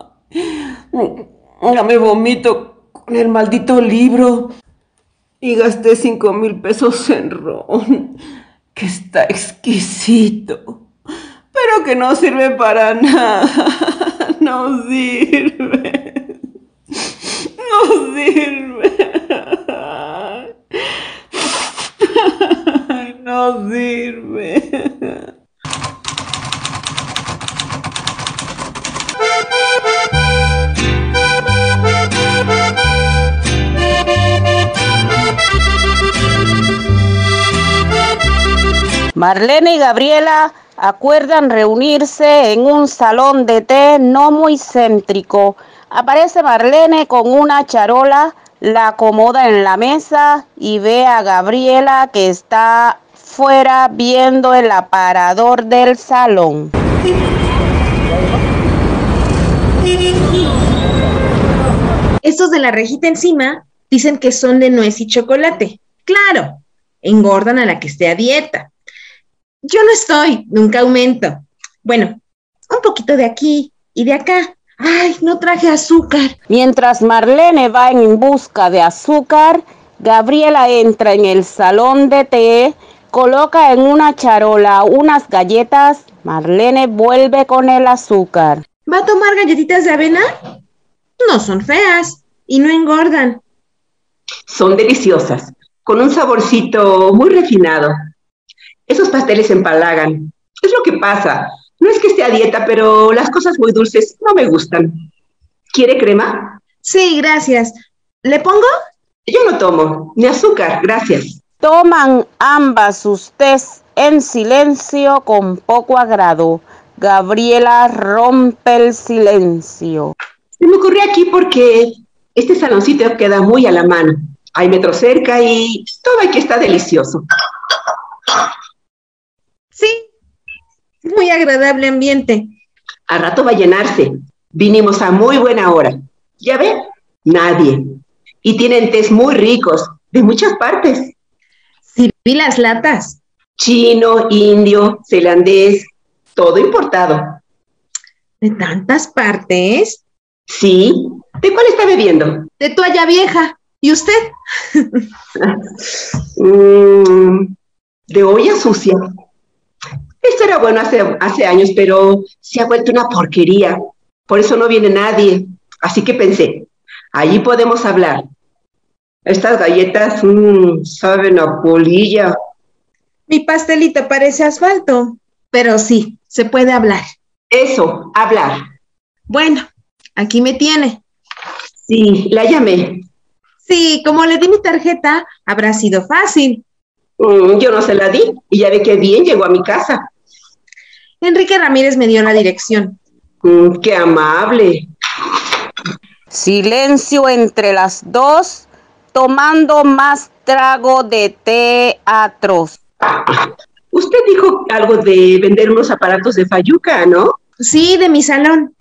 Speaker 6: Ya me vomito con el maldito libro. Y gasté cinco mil pesos en ron, que está exquisito, pero que no sirve para nada. No sirve. No sirve. No sirve.
Speaker 4: Marlene y Gabriela acuerdan reunirse en un salón de té no muy céntrico. Aparece Marlene con una charola, la acomoda en la mesa y ve a Gabriela que está fuera viendo el aparador del salón.
Speaker 5: Estos de la rejita encima dicen que son de nuez y chocolate. Claro, engordan a la que esté a dieta. Yo no estoy, nunca aumento. Bueno, un poquito de aquí y de acá. Ay, no traje azúcar.
Speaker 4: Mientras Marlene va en busca de azúcar, Gabriela entra en el salón de té, coloca en una charola unas galletas. Marlene vuelve con el azúcar.
Speaker 5: ¿Va a tomar galletitas de avena? No son feas y no engordan.
Speaker 6: Son deliciosas, con un saborcito muy refinado. Esos pasteles empalagan. Es lo que pasa. No es que esté a dieta, pero las cosas muy dulces no me gustan. ¿Quiere crema?
Speaker 5: Sí, gracias. ¿Le pongo?
Speaker 6: Yo no tomo, ni azúcar, gracias.
Speaker 4: Toman ambas sus tés en silencio con poco agrado. Gabriela rompe el silencio.
Speaker 6: Se me ocurrió aquí porque este saloncito queda muy a la mano. Hay metro cerca y todo aquí está delicioso.
Speaker 5: Sí, muy agradable ambiente.
Speaker 6: Al rato va a llenarse. Vinimos a muy buena hora. ¿Ya ve? Nadie. Y tienen tés muy ricos, de muchas partes.
Speaker 5: Sí, vi las latas.
Speaker 6: Chino, indio, celandés, todo importado.
Speaker 5: ¿De tantas partes?
Speaker 6: Sí. ¿De cuál está bebiendo?
Speaker 5: De toalla vieja. ¿Y usted?
Speaker 6: mm, de olla sucia. Esto era bueno hace, hace años, pero se ha vuelto una porquería. Por eso no viene nadie. Así que pensé, allí podemos hablar. Estas galletas mmm, saben a polilla.
Speaker 5: Mi pastelito parece asfalto, pero sí, se puede hablar.
Speaker 6: Eso, hablar.
Speaker 5: Bueno, aquí me tiene.
Speaker 6: Sí, la llamé.
Speaker 5: Sí, como le di mi tarjeta, habrá sido fácil.
Speaker 6: Mm, yo no se la di y ya ve que bien llegó a mi casa.
Speaker 5: Enrique Ramírez me dio la dirección.
Speaker 6: Mm, ¡qué amable!
Speaker 4: Silencio entre las dos, tomando más trago de té atroz.
Speaker 6: Usted dijo algo de vender unos aparatos de Fayuca, ¿no?
Speaker 5: Sí, de mi salón.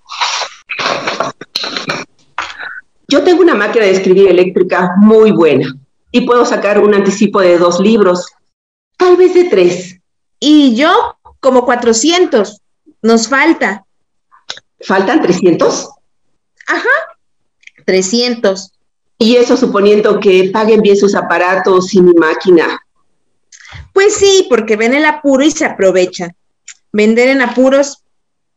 Speaker 6: Yo tengo una máquina de escribir eléctrica muy buena y puedo sacar un anticipo de dos libros, tal vez de tres.
Speaker 5: Y yo, como cuatrocientos. Nos falta.
Speaker 6: ¿Faltan trescientos?
Speaker 5: Ajá, trescientos.
Speaker 6: Y eso suponiendo que paguen bien sus aparatos y mi máquina.
Speaker 5: Pues sí, porque ven el apuro y se aprovechan. Vender en apuros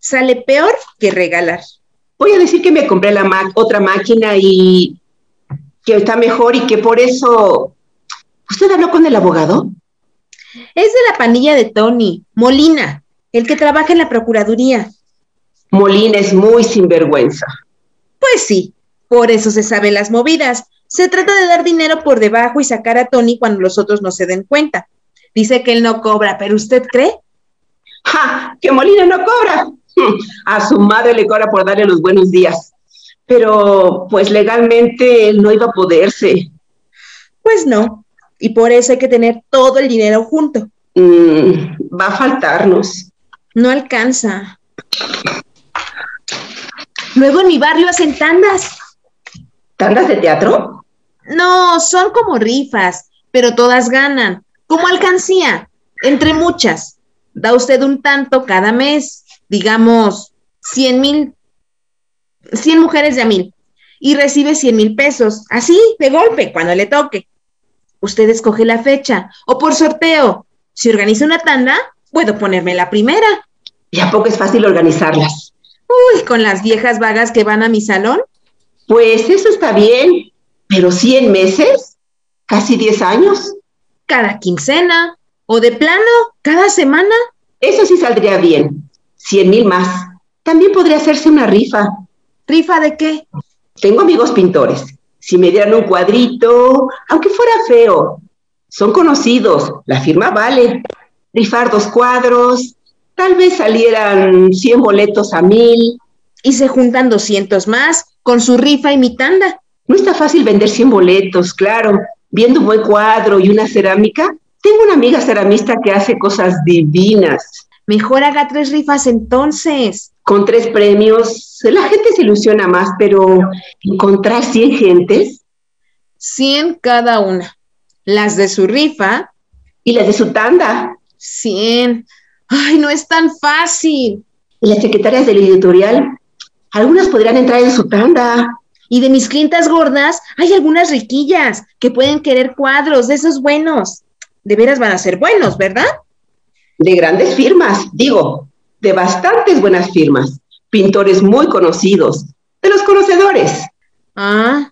Speaker 5: Sale peor que regalar.
Speaker 6: Voy a decir que me compré la ma- otra máquina y que está mejor y que por eso... ¿Usted habló con el abogado?
Speaker 5: Es de la pandilla de Tony, Molina, el que trabaja en la Procuraduría.
Speaker 6: Molina es muy sinvergüenza.
Speaker 5: Pues sí, por eso se saben las movidas. Se trata de dar dinero por debajo y sacar a Tony cuando los otros no se den cuenta. Dice que él no cobra, ¿pero usted cree?
Speaker 6: ¡Ja! ¡Que Molina no cobra! A su madre le cobra por darle los buenos días. Pero, pues legalmente él no iba a poderse.
Speaker 5: Pues no, y por eso hay que tener todo el dinero junto.
Speaker 6: Mm, va a faltarnos.
Speaker 5: No alcanza. Luego en mi barrio hacen tandas.
Speaker 6: ¿Tandas de teatro?
Speaker 5: No, son como rifas, pero todas ganan. Como alcancía, entre muchas. Da usted un tanto cada mes, digamos, cien mil, cien mujeres de a mil, y recibe cien mil pesos, así, de golpe, cuando le toque. Usted escoge la fecha, o por sorteo. Si organiza una tanda, puedo ponerme la primera.
Speaker 6: ¿Y a poco es fácil organizarlas?
Speaker 5: Uy, con las viejas vagas que van a mi salón.
Speaker 6: Pues eso está bien, pero ¿cien meses? ¿Casi diez años?
Speaker 5: Cada quincena, o de plano, cada semana.
Speaker 6: Eso sí saldría bien. Cien mil más. También podría hacerse una rifa.
Speaker 5: ¿Rifa de qué?
Speaker 6: Tengo amigos pintores. Si me dieran un cuadrito, aunque fuera feo, son conocidos, la firma vale. Rifar dos cuadros, tal vez salieran cien boletos a mil.
Speaker 5: Y se juntan doscientos más, con su rifa y mi tanda.
Speaker 6: No está fácil vender cien boletos, claro. Viendo un buen cuadro y una cerámica, tengo una amiga ceramista que hace cosas divinas.
Speaker 5: Mejor haga tres rifas entonces.
Speaker 6: Con tres premios, la gente se ilusiona más, pero encontrar cien gentes.
Speaker 5: Cien cada una. Las de su rifa.
Speaker 6: Y las de su tanda.
Speaker 5: Cien. Ay, no es tan fácil.
Speaker 6: Y las secretarias del editorial, algunas podrían entrar en su tanda.
Speaker 5: Y de mis clientas gordas, hay algunas riquillas que pueden querer cuadros de esos buenos. De veras van a ser buenos, ¿verdad?
Speaker 6: De grandes firmas, digo, de bastantes buenas firmas. Pintores muy conocidos, de los conocedores.
Speaker 5: Ah.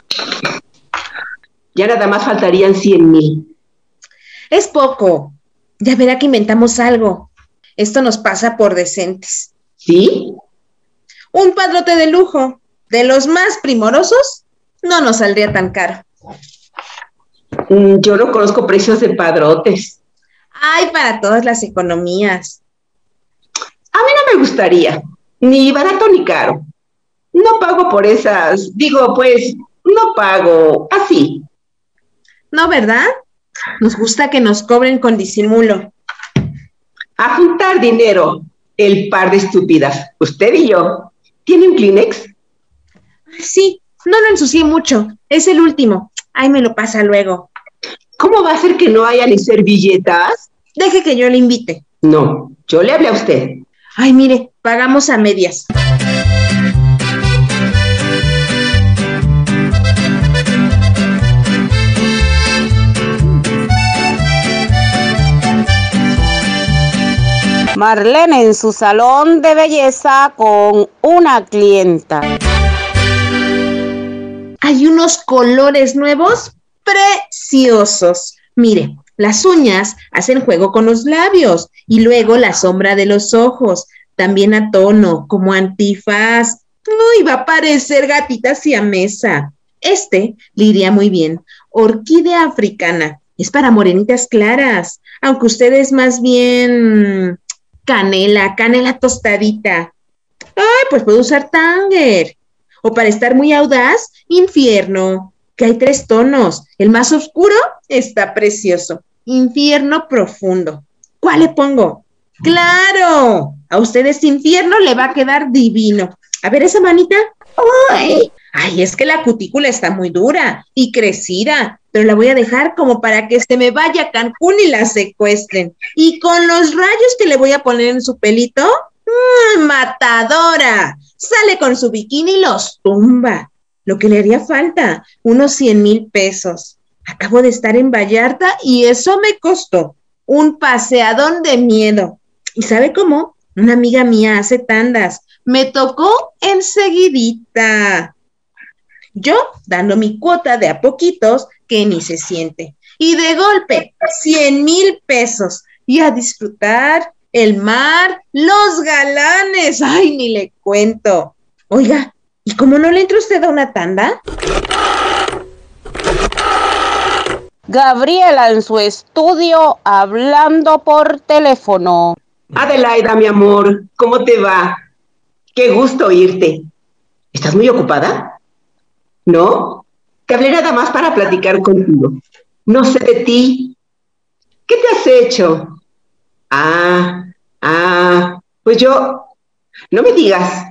Speaker 6: Ya nada más faltarían cien mil.
Speaker 5: Es poco. Ya verá que inventamos algo. Esto nos pasa por decentes.
Speaker 6: ¿Sí?
Speaker 5: Un padrote de lujo, de los más primorosos, no nos saldría tan caro.
Speaker 6: Mm, yo no conozco precios de padrotes.
Speaker 5: Hay para todas las economías.
Speaker 6: A mí no me gustaría, ni barato ni caro. No pago por esas, digo, pues, no pago así.
Speaker 5: ¿No, verdad? Nos gusta que nos cobren con disimulo.
Speaker 6: A juntar dinero, el par de estúpidas, usted y yo. ¿Tiene un Kleenex?
Speaker 5: Sí, no lo ensucié mucho, es el último. Ahí me lo pasa luego.
Speaker 6: ¿Cómo va a ser que no haya ni servilletas?
Speaker 5: Deje que yo le invite.
Speaker 6: No, yo le hablé a usted.
Speaker 5: Ay, mire, pagamos a medias.
Speaker 4: Marlene en su salón de belleza con una clienta.
Speaker 5: Hay unos colores nuevos preciosos. Mire, las uñas hacen juego con los labios y luego la sombra de los ojos, también a tono, como antifaz. Uy, va a parecer gatita siamesa. Este le iría muy bien. Orquídea africana. Es para morenitas claras, aunque usted es más bien canela, canela tostadita. Ay, pues puedo usar Tanger. O para estar muy audaz, infierno, que hay tres tonos. El más oscuro está precioso. Infierno profundo. ¿Cuál le pongo? ¡Claro! A usted este infierno le va a quedar divino. A ver esa manita. ¡Ay! Ay, es que la cutícula está muy dura y crecida, pero la voy a dejar como para que se me vaya a Cancún y la secuestren. Y con los rayos que le voy a poner en su pelito, ¡mmm, matadora! Sale con su bikini y los tumba. Lo que le haría falta, unos cien mil pesos. Acabo de estar en Vallarta y eso me costó un paseadón de miedo. ¿Y sabe cómo? Una amiga mía hace tandas. Me tocó enseguidita. Yo dando mi cuota de a poquitos que ni se siente. Y de golpe, cien mil pesos. Y a disfrutar el mar, los galanes. Ay, ni le cuento. Oiga, ¿y cómo no le entra usted a una tanda?
Speaker 4: Gabriela en su estudio hablando por teléfono.
Speaker 6: Adelaida, mi amor, ¿cómo te va? Qué gusto oírte. ¿Estás muy ocupada? ¿No? Te hablé nada más para platicar contigo. No sé de ti. ¿Qué te has hecho? Ah, ah, pues yo... No me digas.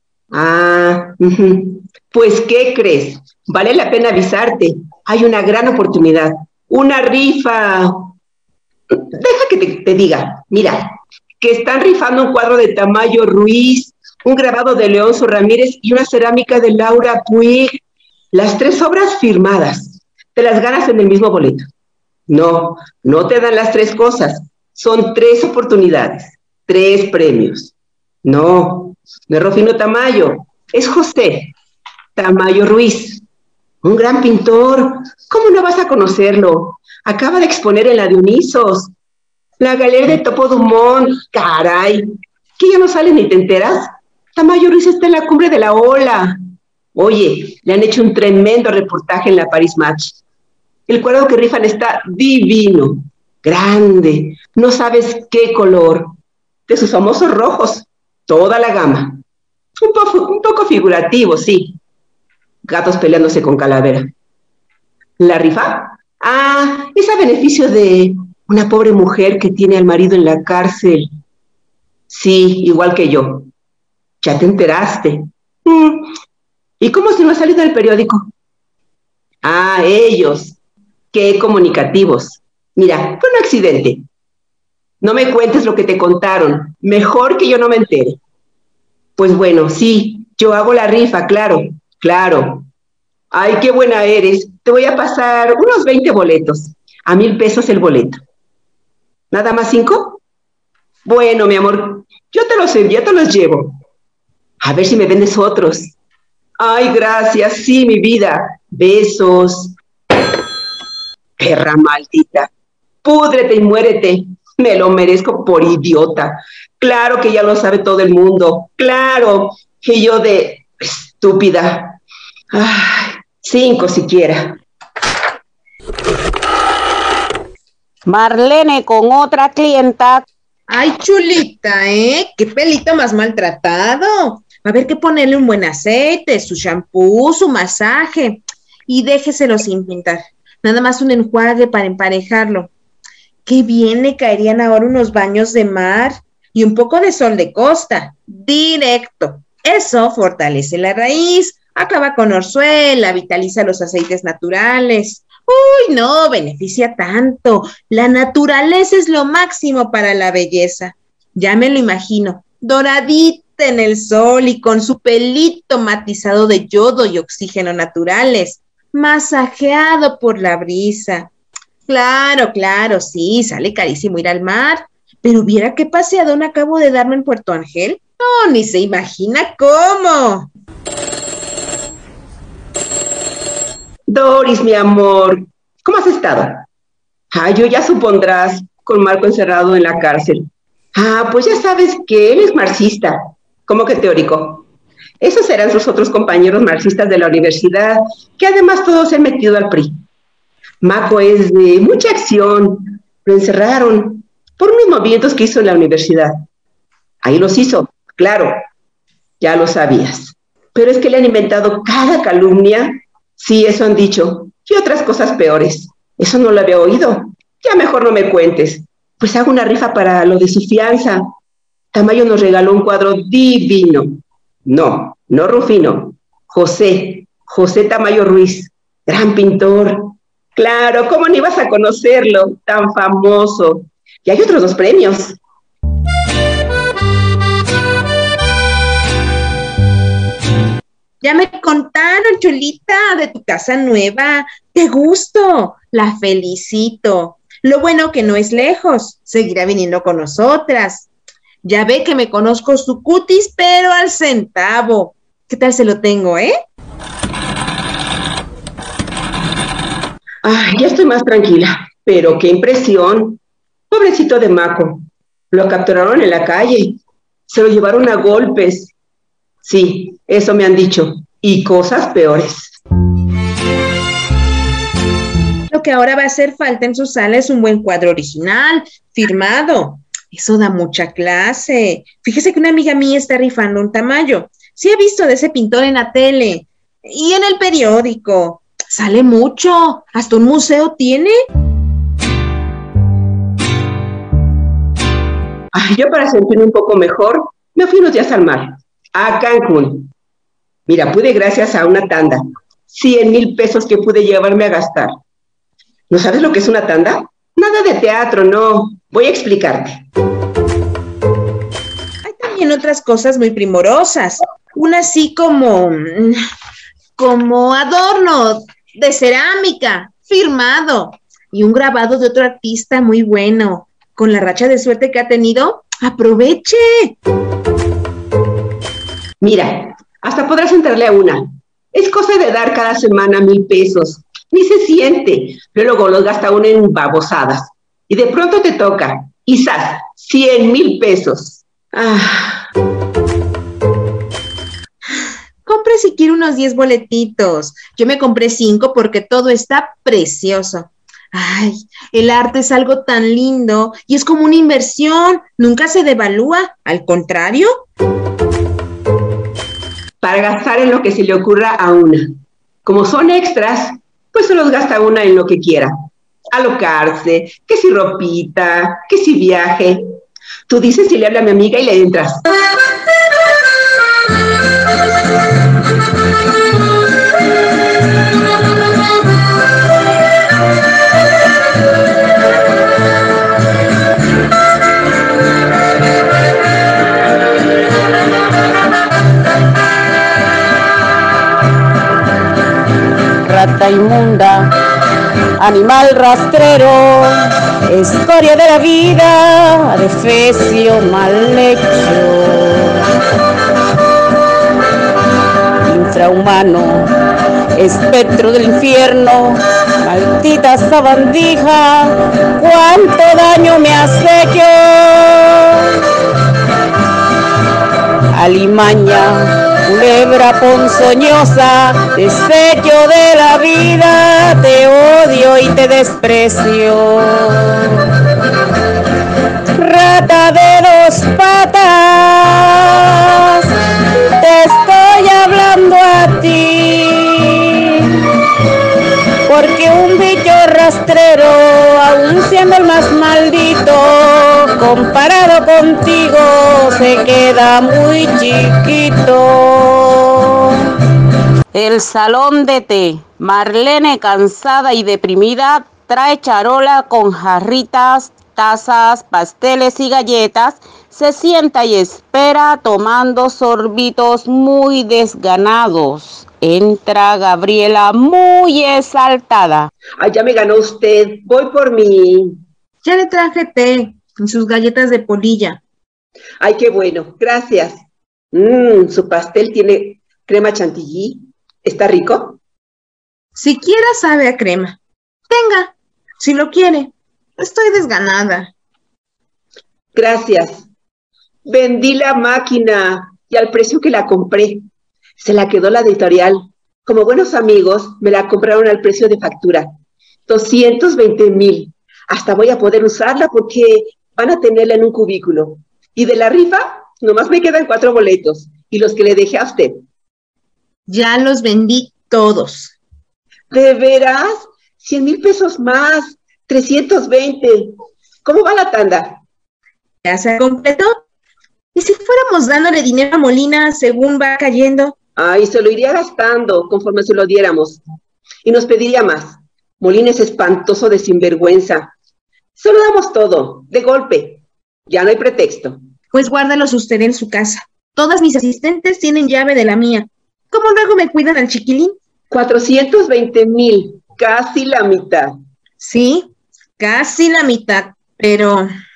Speaker 6: Ah, uh-huh. Pues, ¿qué crees? Vale la pena avisarte. Hay una gran oportunidad. Una rifa. Deja que te, te diga. Mira, que están rifando un cuadro de Tamayo Ruiz, un grabado de Leonzo Ramírez y una cerámica de Laura Puig. Las tres obras firmadas. Te las ganas en el mismo boleto. No, no te dan las tres cosas. Son tres oportunidades, tres premios. No, no es Rufino Tamayo, es José Tamayo Ruiz, un gran pintor. ¿Cómo no vas a conocerlo? Acaba de exponer en la Dionisos, la galería de Topo Dumont. Caray, ¿que ya no sale ni te enteras? Tamayo Ruiz está en la cumbre de la ola. Oye, le han hecho un tremendo reportaje en la Paris Match. El cuadro que rifan está divino, grande, no sabes qué color, de sus famosos rojos, toda la gama. Un poco, un poco figurativo, sí. Gatos peleándose con calavera. ¿La rifa? Ah, es a beneficio de una pobre mujer que tiene al marido en la cárcel. Sí, igual que yo. Ya te enteraste. Mm. ¿Y cómo se nos ha salido en el periódico? Ah, ellos. Qué comunicativos. Mira, fue un accidente. No me cuentes lo que te contaron. Mejor que yo no me entere. Pues bueno, sí, yo hago la rifa, claro, claro. Ay, qué buena eres. Te voy a pasar unos veinte boletos. A mil pesos el boleto. ¿Nada más cinco? Bueno, mi amor, yo te los envío, te los llevo. A ver si me vendes otros. Ay, gracias, sí, mi vida. Besos. Perra maldita. Púdrete y muérete. Me lo merezco por idiota. Claro que ya lo sabe todo el mundo. Claro que yo de estúpida. Ay, cinco siquiera.
Speaker 4: Marlene con otra clienta.
Speaker 5: Ay, chulita, ¿eh? Qué pelito más maltratado. A ver, que ponerle un buen aceite, su shampoo, su masaje. Y déjeselo sin pintar. Nada más un enjuague para emparejarlo. Qué bien le caerían ahora unos baños de mar y un poco de sol de costa. Directo. Eso fortalece la raíz, acaba con orzuela, vitaliza los aceites naturales. Uy, no, beneficia tanto. La naturaleza es lo máximo para la belleza. Ya me lo imagino, doradita en el sol y con su pelito matizado de yodo y oxígeno naturales, masajeado por la brisa. Claro, claro, sí, sale carísimo ir al mar, pero viera qué paseadón acabo de darme en Puerto Ángel. No, ni se imagina cómo.
Speaker 6: Doris, mi amor, ¿cómo has estado? Ah, yo ya supondrás, con Marco encerrado en la cárcel. Ah, pues ya sabes que él es marxista. ¿Cómo que teórico? Esos serán sus otros compañeros marxistas de la universidad, que además todos se han metido al P R I. Maco es de mucha acción. Lo encerraron por unos movimientos que hizo en la universidad. Ahí los hizo, claro, ya lo sabías. Pero es que le han inventado cada calumnia. Sí, eso han dicho. Y otras cosas peores. Eso no lo había oído. Ya mejor no me cuentes. Pues hago una rifa para lo de su fianza. Tamayo nos regaló un cuadro divino. No, no Rufino. José. José Tamayo Ruiz. Gran pintor. Claro, ¿cómo no ibas a conocerlo? Tan famoso. Y hay otros dos premios.
Speaker 5: Ya me contaron, chulita, de tu casa nueva. ¡Qué gusto! La felicito. Lo bueno que no es lejos. Seguirá viniendo con nosotras. Ya ve que me conozco su cutis, pero al centavo. ¿Qué tal se lo tengo, eh?
Speaker 6: Ay, ya estoy más tranquila, pero qué impresión. Pobrecito de Maco. Lo capturaron en la calle. Se lo llevaron a golpes. Sí, eso me han dicho. Y cosas peores.
Speaker 5: Lo que ahora va a hacer falta en su sala es un buen cuadro original, firmado. Eso da mucha clase. Fíjese que una amiga mía está rifando un Tamayo. Sí he visto de ese pintor en la tele y en el periódico. Sale mucho. Hasta un museo tiene.
Speaker 6: Ay, yo para sentirme un poco mejor, me fui unos días al mar, a Cancún. Mira, pude gracias a una tanda. Cien mil pesos que pude llevarme a gastar. ¿No sabes lo que es una tanda? Nada de teatro, no. Voy a explicarte.
Speaker 5: Hay también otras cosas muy primorosas. Una así como... como adorno de cerámica, firmado. Y un grabado de otro artista muy bueno. Con la racha de suerte que ha tenido, ¡aproveche!
Speaker 6: Mira, hasta podrás entrarle a una. Es cosa de dar cada semana mil pesos. Ni se siente, pero luego los gasta uno en babosadas. Y de pronto te toca, y ¡zas! Cien mil pesos. Ah.
Speaker 5: Compre si quiere unos diez boletitos. Yo me compré cinco porque todo está precioso. Ay, el arte es algo tan lindo y es como una inversión. Nunca se devalúa, al contrario.
Speaker 6: Para gastar en lo que se le ocurra a una. Como son extras, pues se los gasta una en lo que quiera. Alocarse, que si ropita, que si viaje. Tú dices si le habla a mi amiga y le entras.
Speaker 4: Rata inmunda, animal rastrero, escoria de la vida, adefesio mal hecho, infrahumano, espectro del infierno, maldita sabandija, cuánto daño me has hecho. Alimaña, culebra ponzoñosa, desecho de la vida, te odio y te desprecio. Rata de dos patas, te estoy hablando a ti, porque un bicho rastrero, aun siendo el más maldito, comparado contigo, se queda muy chiquito. El salón de té. Marlene, cansada y deprimida, trae charola con jarritas, tazas, pasteles y galletas. Se sienta y espera tomando sorbitos muy desganados. Entra Gabriela muy exaltada.
Speaker 6: Ay, ya me ganó usted. Voy por mi...
Speaker 5: Ya le traje té y sus galletas de polilla.
Speaker 6: Ay, qué bueno. Gracias. Mmm, su pastel tiene crema chantilly. ¿Está rico?
Speaker 5: Siquiera sabe a crema. Tenga, si lo quiere. Estoy desganada.
Speaker 6: Gracias. Vendí la máquina y al precio que la compré. Se la quedó la editorial. Como buenos amigos, me la compraron al precio de factura. doscientos veinte mil. Hasta voy a poder usarla porque van a tenerla en un cubículo. Y de la rifa, nomás me quedan cuatro boletos. Y los que le dejé a usted.
Speaker 5: Ya los vendí todos.
Speaker 6: ¿De veras? Cien mil pesos más. trescientos veinte. ¿Cómo va la tanda?
Speaker 5: ¿Ya se completó? ¿Y si fuéramos dándole dinero a Molina según va cayendo?
Speaker 6: Ay, se lo iría gastando conforme se lo diéramos. Y nos pediría más. Molina es espantoso de sinvergüenza. Se lo damos todo, de golpe. Ya no hay pretexto.
Speaker 5: Pues guárdalos usted en su casa. Todas mis asistentes tienen llave de la mía. ¿Cómo luego me cuidan al chiquilín?
Speaker 6: cuatrocientos veinte mil, casi la mitad.
Speaker 5: Sí, casi la mitad, pero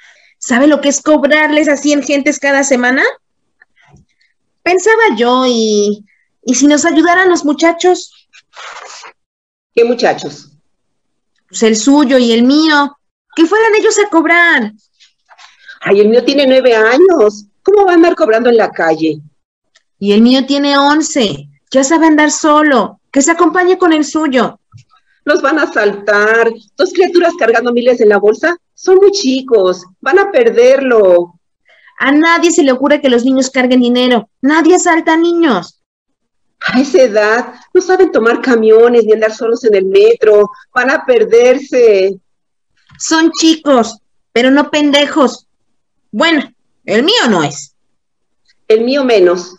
Speaker 5: ¿Sabe lo que es cobrarles a cien gentes cada semana? Pensaba yo, y, y si nos ayudaran los muchachos,
Speaker 6: ¿Qué muchachos?
Speaker 5: pues el suyo y el mío, que fueran ellos a cobrar.
Speaker 6: Ay, el mío tiene nueve años. ¿Cómo va a andar cobrando en la calle?
Speaker 5: Y el mío tiene once, ya sabe andar solo, que se acompañe con el suyo.
Speaker 6: Los van a asaltar. Dos criaturas cargando miles en la bolsa son muy chicos. Van a perderlo.
Speaker 5: A nadie se le ocurre que los niños carguen dinero. Nadie asalta a niños.
Speaker 6: A esa edad no saben tomar camiones ni andar solos en el metro. Van a perderse.
Speaker 5: Son chicos, pero no pendejos. Bueno, el mío no es.
Speaker 6: El mío menos.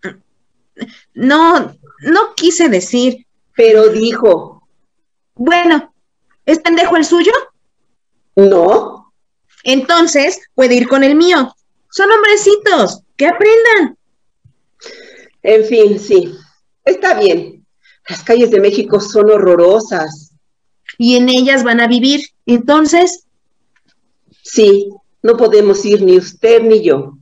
Speaker 5: No, no quise decir.
Speaker 6: Pero dijo.
Speaker 5: Bueno, ¿es pendejo el suyo?
Speaker 6: No.
Speaker 5: Entonces puede ir con el mío. Son hombrecitos, que aprendan.
Speaker 6: En fin, sí. Está bien. Las calles de México son horrorosas.
Speaker 5: Y en ellas van a vivir. Entonces,
Speaker 6: Sí, no podemos ir ni usted ni yo.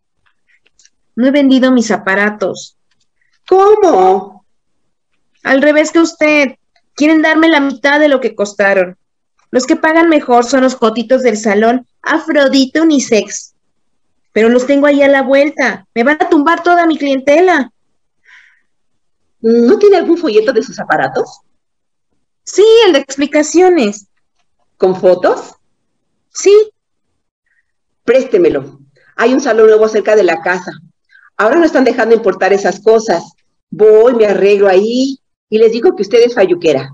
Speaker 5: no he vendido mis aparatos.
Speaker 6: ¿Cómo?
Speaker 5: Al revés que usted. Quieren darme la mitad de lo que costaron. Los que pagan mejor son los cotitos del salón Afrodita Unisex. Pero los tengo ahí a la vuelta. Me van a tumbar toda mi clientela.
Speaker 6: ¿No tiene algún folleto de sus aparatos?
Speaker 5: Sí, el de explicaciones.
Speaker 6: ¿Con fotos?
Speaker 5: Sí,
Speaker 6: Préstemelo. Hay un salón nuevo cerca de la casa. Ahora no están dejando importar esas cosas. Voy, me arreglo ahí y les digo que usted es falluquera.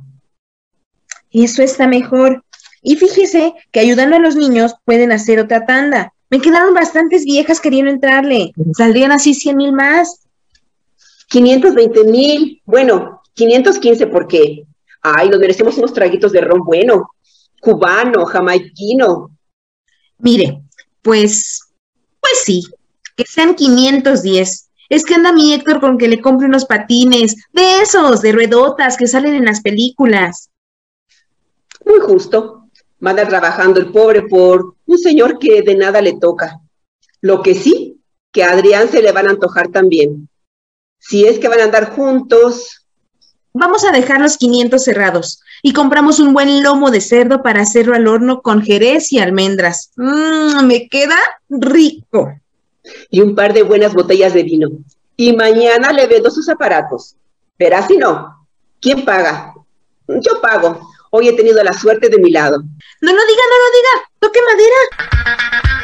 Speaker 5: eso está mejor. Y fíjese que ayudando a los niños pueden hacer otra tanda. Me quedaron bastantes viejas queriendo entrarle. Saldrían así cien mil más.
Speaker 6: quinientos veinte mil. Bueno, quinientos quince porque, ay, nos merecemos unos traguitos de ron bueno. Cubano, jamaiquino.
Speaker 5: Mire, pues, pues sí, que sean quinientos diez. Es que anda mi Héctor con que le compre unos patines, de esos, de ruedotas que salen en las películas.
Speaker 6: Muy justo. Manda trabajando el pobre por un señor que de nada le toca. Lo que sí, que a Adrián se le van a antojar también. Si es que van a andar juntos.
Speaker 5: Vamos a dejar los quinientos cerrados y compramos un buen lomo de cerdo para hacerlo al horno con jerez y almendras. Mmm, me queda rico.
Speaker 6: Y un par de buenas botellas de vino. Y mañana le vendo sus aparatos. Verá si no. ¿Quién paga? Yo pago. Hoy he tenido la suerte de mi lado.
Speaker 5: No lo diga, no lo diga. Toque madera.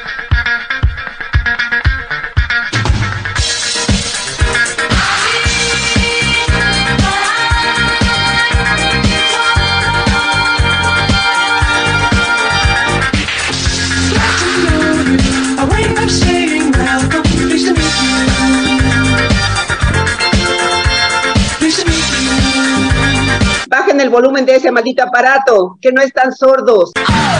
Speaker 6: Bajen el volumen de ese maldito aparato, que no están sordos.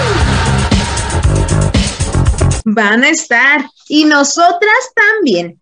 Speaker 5: Van a estar. Y nosotras también.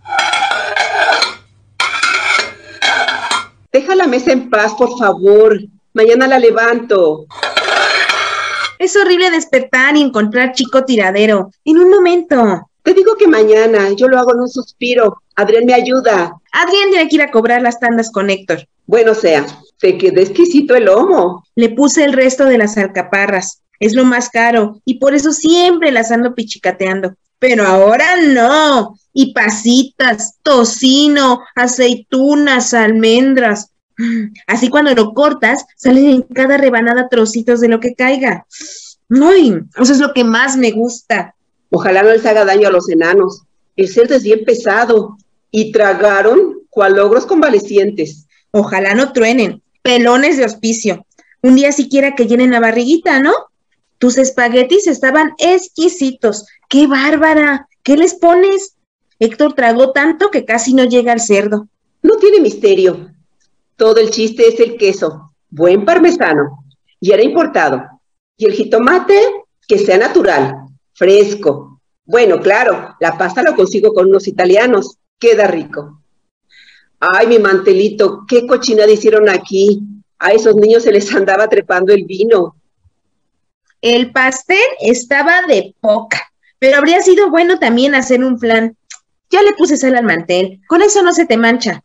Speaker 6: Deja la mesa en paz, por favor. Mañana la levanto.
Speaker 5: Es horrible despertar y encontrar chico tiradero. En un momento.
Speaker 6: Te digo que mañana, yo lo hago en un suspiro. Adrián me ayuda.
Speaker 5: Adrián tiene que ir a cobrar las tandas con Héctor.
Speaker 6: Bueno, sea, te quedó exquisito el lomo.
Speaker 5: Le puse el resto de las alcaparras. Es lo más caro y por eso siempre las ando pichicateando. Pero ahora no. Y pasitas, tocino, aceitunas, almendras. Así cuando lo cortas, salen en cada rebanada trocitos de lo que caiga. Ay, eso es lo que más me gusta.
Speaker 6: Ojalá no les haga daño a los enanos. El cerdo es bien pesado. Y tragaron cual ogros convalecientes.
Speaker 5: Ojalá no truenen. Pelones de hospicio. Un día siquiera que llenen la barriguita, ¿no? Tus espaguetis estaban exquisitos. ¡Qué bárbara! ¿Qué les pones? Héctor tragó tanto que casi no llega al cerdo.
Speaker 6: No tiene misterio. Todo el chiste es el queso. Buen parmesano. Y era importado. Y el jitomate, que sea natural. Fresco. Bueno, claro, la pasta lo consigo con unos italianos. Queda rico. Ay, mi mantelito, qué cochinada hicieron aquí. A esos niños se les andaba trepando el vino.
Speaker 5: El pastel estaba de poca. Pero habría sido bueno también hacer un flan. Ya le puse sal al mantel, con eso no se te mancha.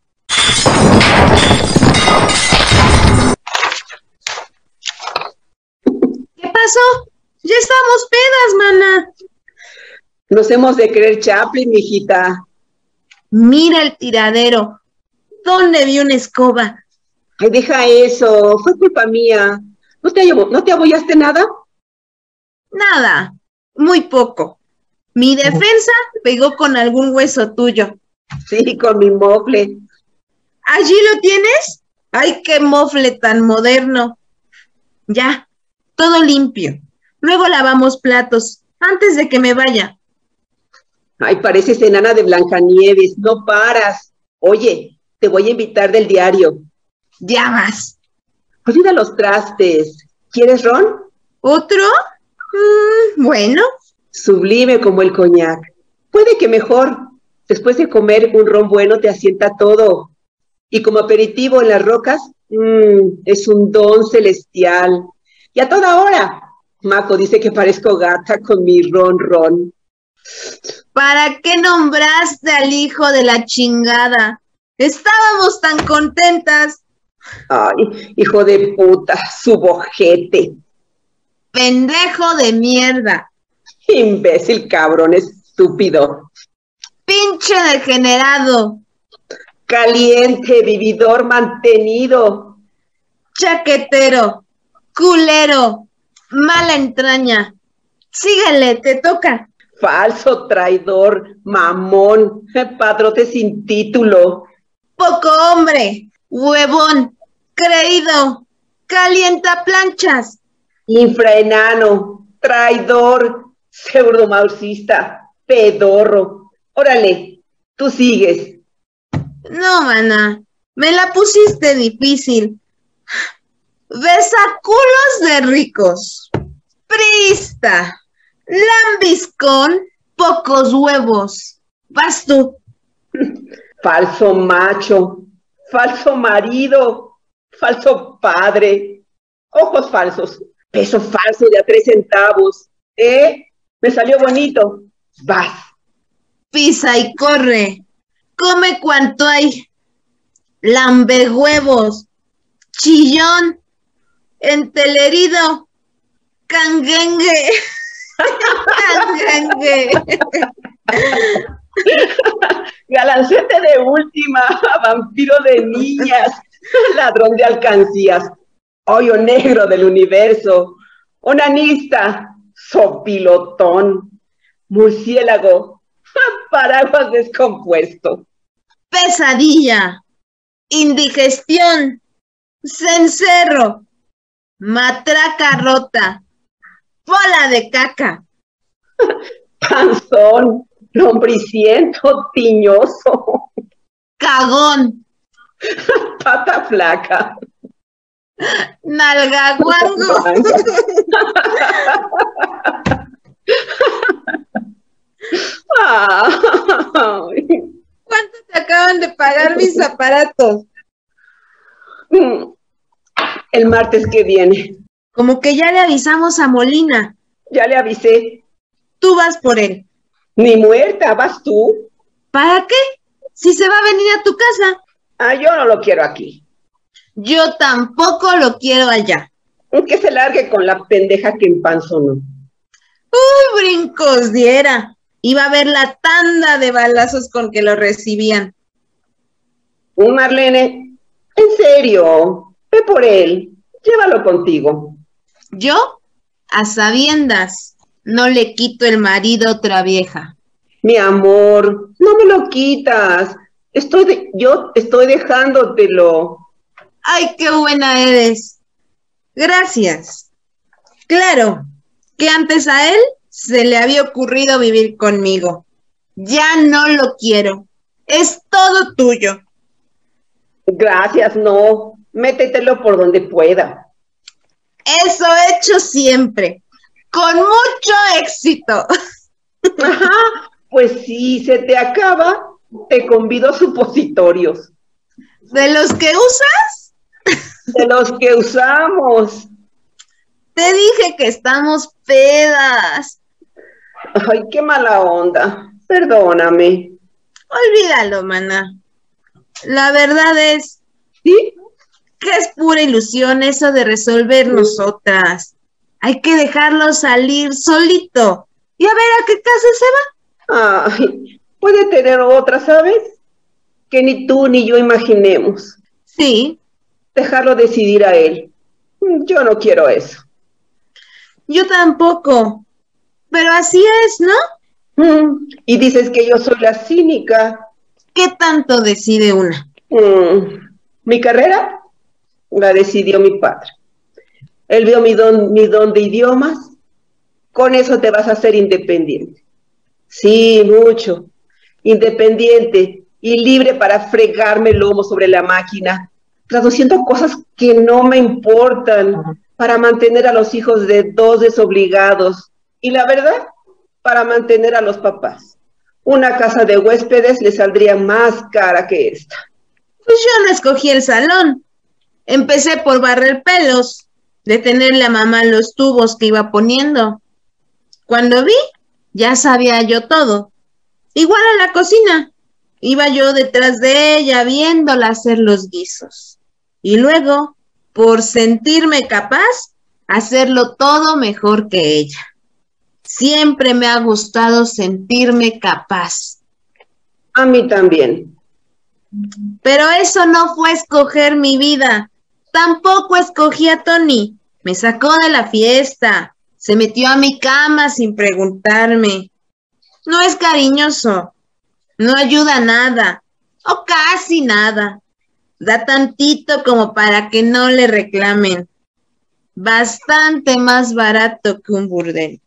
Speaker 5: ¿Qué pasó? Ya estamos pedas, mana.
Speaker 6: Nos hemos de creer Chaplin, mijita.
Speaker 5: Mira el tiradero. ¿Dónde vi una escoba?
Speaker 6: Ay, deja eso, fue culpa mía. ¿No te, ¿no te abollaste nada?
Speaker 5: Nada, muy poco. Mi defensa pegó con algún hueso tuyo.
Speaker 6: Sí, con mi mofle.
Speaker 5: ¿Allí lo tienes? ¡Ay, qué mofle tan moderno! Ya, todo limpio. Luego lavamos platos, antes de que me vaya.
Speaker 6: Ay, pareces enana de Blancanieves, no paras. Oye, te voy a invitar del diario.
Speaker 5: Ya vas.
Speaker 6: Olvida los trastes. ¿Quieres ron?
Speaker 5: ¿Otro? Mm, bueno.
Speaker 6: Sublime como el coñac. Puede que mejor. Después de comer un ron bueno te asienta todo. Y como aperitivo en las rocas, mmm, es un don celestial. Y a toda hora. Maco dice que parezco gata con mi ron ron.
Speaker 5: ¿Para qué nombraste al hijo de la chingada? Estábamos tan contentas.
Speaker 6: Ay, hijo de puta, su bojete.
Speaker 5: Pendejo de mierda.
Speaker 6: Imbécil, cabrón, estúpido.
Speaker 5: Pinche degenerado.
Speaker 6: Caliente, vividor mantenido.
Speaker 5: Chaquetero. Culero. Mala entraña. Síguele, te toca.
Speaker 6: Falso, traidor, mamón, padrote sin título.
Speaker 5: Poco hombre, huevón, creído, calienta planchas.
Speaker 6: Infraenano, traidor, pseudomarxista, pedorro. Órale, tú sigues.
Speaker 5: No, mana, me la pusiste difícil. Besaculos de ricos. Prista. Lambiscón, pocos huevos. Vas tú.
Speaker 6: Falso macho, falso marido, falso padre, ojos falsos, peso falso de a tres centavos. ¿Eh? Me salió bonito. Vas.
Speaker 5: Pisa y corre. Come cuanto hay. Lambe huevos. Chillón. Entelerido. Canguengue. Canguengue.
Speaker 6: Galancete de última, vampiro de niñas, ladrón de alcancías, hoyo negro del universo, onanista, sopilotón, murciélago, paraguas descompuesto.
Speaker 5: Pesadilla, indigestión, cencerro, matraca rota, bola de caca.
Speaker 6: Panzón, lombriciento, tiñoso.
Speaker 5: Cagón.
Speaker 6: Pata flaca.
Speaker 5: Nalgaguango. ¿Cuánto te acaban de pagar mis aparatos?
Speaker 6: El martes que viene.
Speaker 5: Como que ya le avisamos a Molina.
Speaker 6: Ya le avisé.
Speaker 5: Tú vas por él.
Speaker 6: Ni muerta, vas tú.
Speaker 5: ¿Para qué? Si se va a venir a tu casa.
Speaker 6: Ah, yo no lo quiero aquí.
Speaker 5: Yo tampoco lo quiero allá.
Speaker 6: Que se largue con la pendeja que empanzonó.
Speaker 5: Uy, brincos diera. Iba a ver la tanda de balazos con que lo recibían.
Speaker 6: Marlene, en serio, ve por él. Llévalo contigo.
Speaker 5: ¿Yo? A sabiendas. No le quito el marido a otra vieja.
Speaker 6: Mi amor, no me lo quitas. Estoy de, yo estoy dejándotelo.
Speaker 5: ¡Ay, qué buena eres! Gracias. Claro, que antes a él se le había ocurrido vivir conmigo. Ya no lo quiero. Es todo tuyo.
Speaker 6: Gracias, no. Métetelo por donde pueda.
Speaker 5: Eso he hecho siempre. Con mucho éxito.
Speaker 6: Ajá, pues si se te acaba, te convido a supositorios.
Speaker 5: ¿De los que usas?
Speaker 6: De los que usamos.
Speaker 5: Te dije que estamos pedas.
Speaker 6: Ay, qué mala onda. Perdóname.
Speaker 5: Olvídalo, maná. La verdad es
Speaker 6: ¿Sí?
Speaker 5: que es pura ilusión eso de resolver nosotras. Hay que dejarlo salir solito y a ver a qué casa se va.
Speaker 6: Ay, puede tener otra, ¿sabes? Que ni tú ni yo imaginemos.
Speaker 5: Sí,
Speaker 6: Dejarlo decidir a él. Yo no quiero eso.
Speaker 5: yo tampoco. Pero así es, ¿no?
Speaker 6: Mm, y dices que yo soy la cínica.
Speaker 5: ¿Qué tanto decide una?
Speaker 6: Mm, mi carrera la decidió mi padre. Él vio mi don, mi don de idiomas. Con eso te vas a hacer independiente. Sí, mucho. Independiente y libre para fregarme el lomo sobre la máquina, traduciendo cosas que no me importan, para mantener a los hijos de dos desobligados. Y la verdad, para mantener a los papás. Una casa de huéspedes le saldría más cara que esta.
Speaker 5: Pues yo no escogí el salón. Empecé por barrer pelos, detenerle a mamá los tubos que iba poniendo. Cuando vi, ya sabía yo todo. Igual a la cocina. Iba yo detrás de ella viéndola hacer los guisos. Y luego, por sentirme capaz, hacerlo todo mejor que ella. Siempre me ha gustado sentirme capaz.
Speaker 6: A mí también.
Speaker 5: Pero eso no fue escoger mi vida. Tampoco escogí a Tony. Me sacó de la fiesta. Se metió a mi cama sin preguntarme. No es cariñoso. No ayuda a nada. O casi nada. Da tantito como para que no le reclamen. Bastante más barato que un burdel.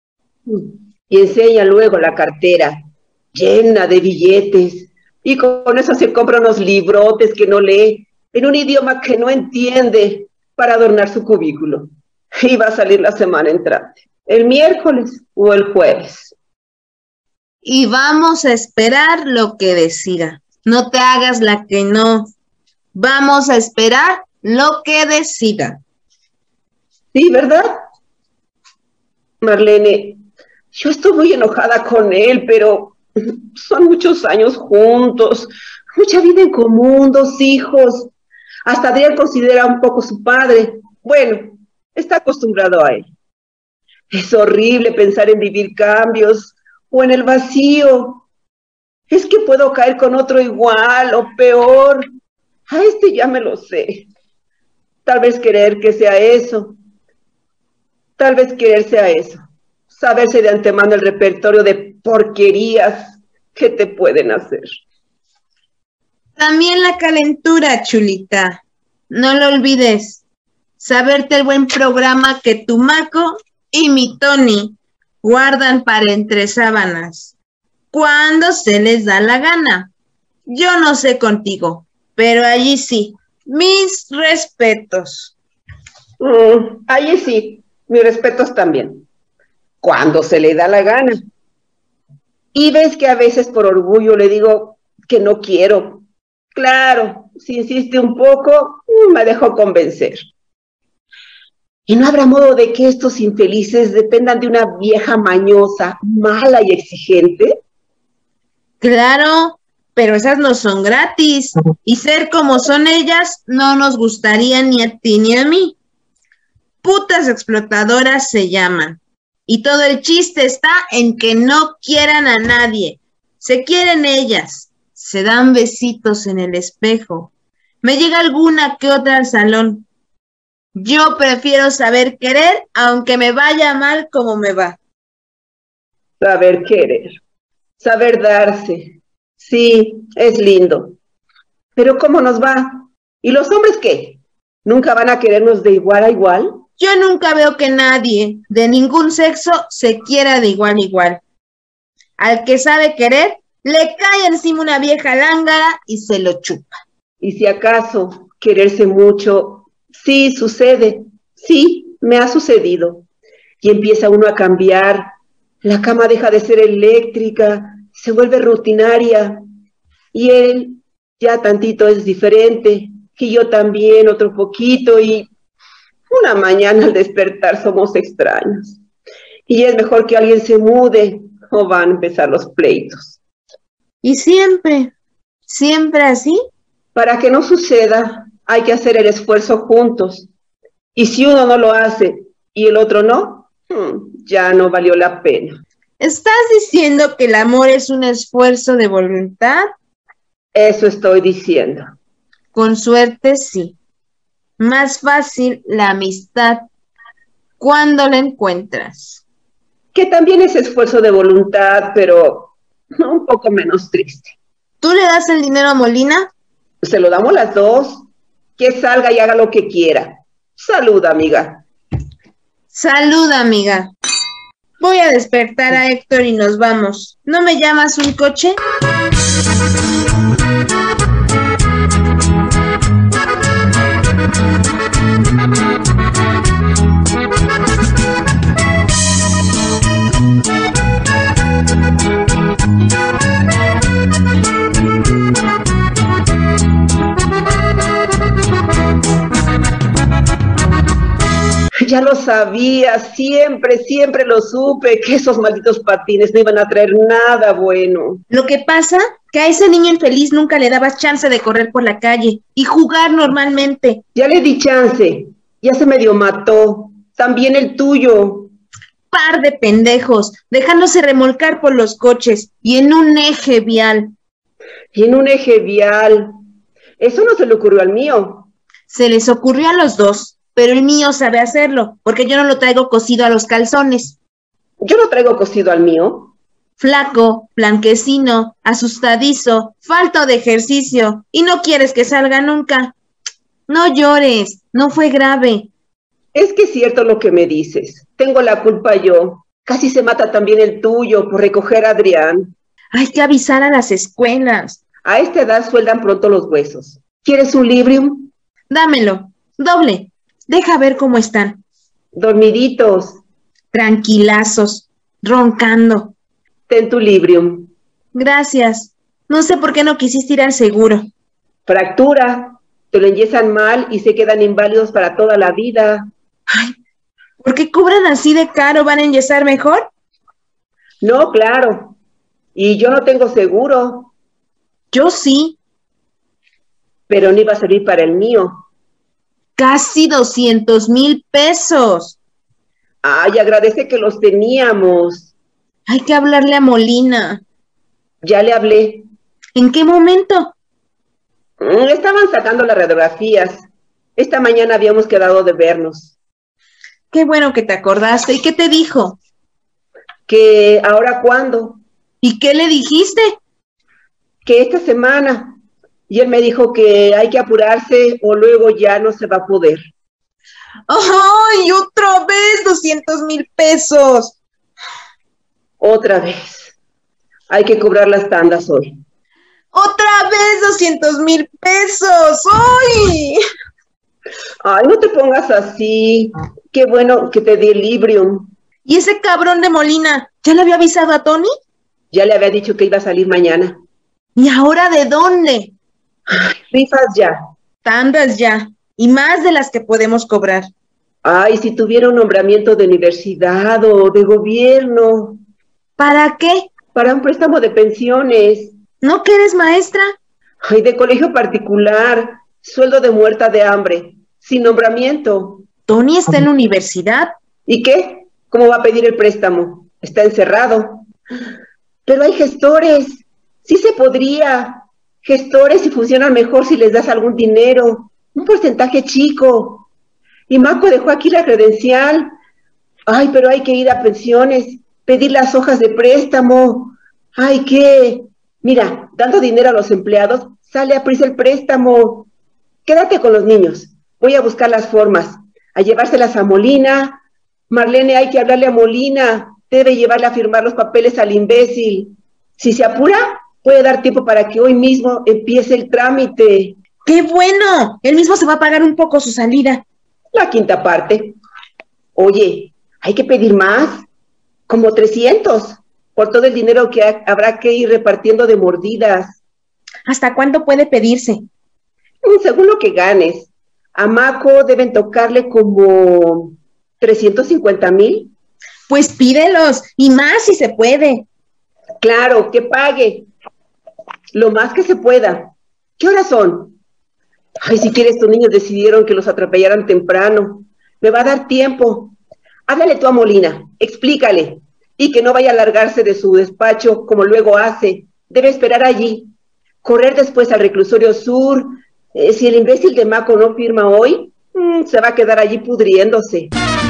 Speaker 6: Y enseña luego la cartera llena de billetes. Y con eso se compra unos librotes que no lee, en un idioma que no entiende, para adornar su cubículo. Y va a salir la semana entrante, el miércoles o el jueves.
Speaker 5: Y vamos a esperar lo que decida. No te hagas la que no. Vamos a esperar lo que decida.
Speaker 6: Sí, ¿verdad? Marlene, yo estoy muy enojada con él, pero son muchos años juntos, mucha vida en común, dos hijos. Hasta Adrián considera un poco su padre. Bueno, está acostumbrado a él. Es horrible pensar en vivir cambios o en el vacío. Es que puedo caer con otro igual o peor. A este ya me lo sé. Tal vez querer que sea eso. Tal vez querer sea eso. Saberse de antemano el repertorio de porquerías que te pueden hacer.
Speaker 5: También la calentura, chulita. No lo olvides. Saberte el buen programa que tu Maco y mi Tony guardan para entre sábanas, cuando se les da la gana. Yo no sé contigo, pero allí sí, mis respetos.
Speaker 6: Mm, allí sí, mis respetos también. Cuando se le da la gana. Y ves que a veces por orgullo le digo que no quiero. Claro, si insiste un poco, me dejo convencer. ¿Y no habrá modo de que estos infelices dependan de una vieja mañosa, mala y exigente?
Speaker 5: Claro, pero esas no son gratis. Y ser como son ellas no nos gustaría ni a ti ni a mí. Putas explotadoras se llaman. Y todo el chiste está en que no quieran a nadie. Se quieren ellas. Se dan besitos en el espejo. Me llega alguna que otra al salón. Yo prefiero saber querer, aunque me vaya mal como me va.
Speaker 6: Saber querer, saber darse. Sí, es lindo. Pero ¿cómo nos va? ¿Y los hombres qué? ¿Nunca van a querernos de igual a igual?
Speaker 5: Yo nunca veo que nadie, de ningún sexo, se quiera de igual a igual. Al que sabe querer, le cae encima una vieja lángara y se lo chupa.
Speaker 6: Y si acaso quererse mucho, sí sucede, sí, me ha sucedido. Y empieza uno a cambiar, la cama deja de ser eléctrica, se vuelve rutinaria. Y él ya tantito es diferente, y yo también otro poquito, y una mañana al despertar somos extraños. Y es mejor que alguien se mude o van a empezar los pleitos.
Speaker 5: ¿Y siempre, siempre así?
Speaker 6: Para que no suceda, hay que hacer el esfuerzo juntos. Y si uno no lo hace y el otro no, ya no valió la pena.
Speaker 5: ¿Estás diciendo que el amor es un esfuerzo de voluntad?
Speaker 6: Eso estoy diciendo.
Speaker 5: Con suerte, sí. Más fácil la amistad cuando la encuentras.
Speaker 6: Que también es esfuerzo de voluntad, pero un poco menos triste.
Speaker 5: ¿Tú le das el dinero a Molina?
Speaker 6: Se lo damos las dos. Que salga y haga lo que quiera. Salud, amiga.
Speaker 5: Salud, amiga. Voy a despertar a Héctor y nos vamos. ¿No me llamas un coche?
Speaker 6: Ya lo sabía, siempre, siempre lo supe, que esos malditos patines no iban a traer nada bueno.
Speaker 5: Lo que pasa, que a ese niño infeliz nunca le dabas chance de correr por la calle y jugar normalmente.
Speaker 6: Ya le di chance, ya se medio mató, también el tuyo.
Speaker 5: Par de pendejos, dejándose remolcar por los coches y en un eje vial.
Speaker 6: Y en un eje vial, eso no se le ocurrió al mío.
Speaker 5: Se les ocurrió a los dos. Pero el mío sabe hacerlo, porque yo no lo traigo cosido a los calzones.
Speaker 6: Yo no traigo cosido al mío.
Speaker 5: Flaco, blanquecino, asustadizo, falto de ejercicio, y no quieres que salga nunca. No llores, no fue grave.
Speaker 6: Es que es cierto lo que me dices. Tengo la culpa yo. Casi se mata también el tuyo por recoger a Adrián.
Speaker 5: Hay que avisar a las escuelas.
Speaker 6: A esta edad sueldan pronto los huesos. ¿Quieres un Librium?
Speaker 5: Dámelo, doble. Deja ver cómo están.
Speaker 6: Dormiditos.
Speaker 5: Tranquilazos, roncando.
Speaker 6: Ten tu Librium.
Speaker 5: Gracias. No sé por qué no quisiste ir al seguro.
Speaker 6: Fractura. Te lo enyesan mal y se quedan inválidos para toda la vida.
Speaker 5: Ay, ¿por qué cobran así de caro? ¿Van a enyesar mejor?
Speaker 6: No, claro. Y yo no tengo seguro.
Speaker 5: Yo sí.
Speaker 6: Pero no iba a servir para el mío.
Speaker 5: Casi doscientos mil pesos.
Speaker 6: Ay, agradece que los teníamos.
Speaker 5: Hay que hablarle a Molina.
Speaker 6: Ya le hablé.
Speaker 5: ¿En qué momento?
Speaker 6: Estaban sacando las radiografías. Esta mañana habíamos quedado de vernos.
Speaker 5: Qué bueno que te acordaste. ¿Y qué te dijo?
Speaker 6: Que ahora cuándo.
Speaker 5: ¿Y qué le dijiste?
Speaker 6: Que esta semana. Y él me dijo que hay que apurarse o luego ya no se va a poder.
Speaker 5: ¡Ay, otra vez doscientos mil pesos!
Speaker 6: Otra vez. Hay que cobrar las tandas hoy.
Speaker 5: ¡Otra vez doscientos mil pesos! ¡Ay!
Speaker 6: Ay, no te pongas así. Qué bueno que te di el Librium.
Speaker 5: ¿Y ese cabrón de Molina? ¿Ya le había avisado a Tony?
Speaker 6: Ya le había dicho que iba a salir mañana.
Speaker 5: ¿Y ahora de dónde?
Speaker 6: Ay, rifas ya.
Speaker 5: Tandas ya. Y más de las que podemos cobrar.
Speaker 6: Ay, si tuviera un nombramiento de universidad o de gobierno.
Speaker 5: ¿Para qué?
Speaker 6: Para un préstamo de pensiones.
Speaker 5: ¿No que eres maestra?
Speaker 6: Ay, de colegio particular. Sueldo de muerta de hambre. Sin nombramiento.
Speaker 5: Tony está en la universidad.
Speaker 6: ¿Y qué? ¿Cómo va a pedir el préstamo? Está encerrado. Pero hay gestores. Sí se podría. Gestores y funcionan mejor si les das algún dinero, un porcentaje chico. Y Maco dejó aquí la credencial. Ay, pero hay que ir a pensiones, pedir las hojas de préstamo. Ay, ¿qué? Mira, dando dinero a los empleados, sale a prisa el préstamo. Quédate con los niños. Voy a buscar las formas, a llevárselas a Molina. Marlene, hay que hablarle a Molina. Debe llevarle a firmar los papeles al imbécil. Si se apura, puede dar tiempo para que hoy mismo empiece el trámite.
Speaker 5: ¡Qué bueno! Él mismo se va a pagar un poco su salida.
Speaker 6: La quinta parte. Oye, hay que pedir más. Como trescientos. Por todo el dinero que ha habrá que ir repartiendo de mordidas.
Speaker 5: ¿Hasta cuánto puede pedirse?
Speaker 6: Según lo que ganes. A Maco deben tocarle como trescientos cincuenta mil.
Speaker 5: Pues pídelos, y más si se puede.
Speaker 6: Claro, que pague. Lo más que se pueda. ¿Qué horas son? Ay, si quieres, tus niños decidieron que los atropellaran temprano. Me va a dar tiempo. Háblale tú a Molina, explícale. Y que no vaya a largarse de su despacho como luego hace. Debe esperar allí. Correr después al reclusorio sur. Eh, si el imbécil de Maco no firma hoy, mmm, se va a quedar allí pudriéndose.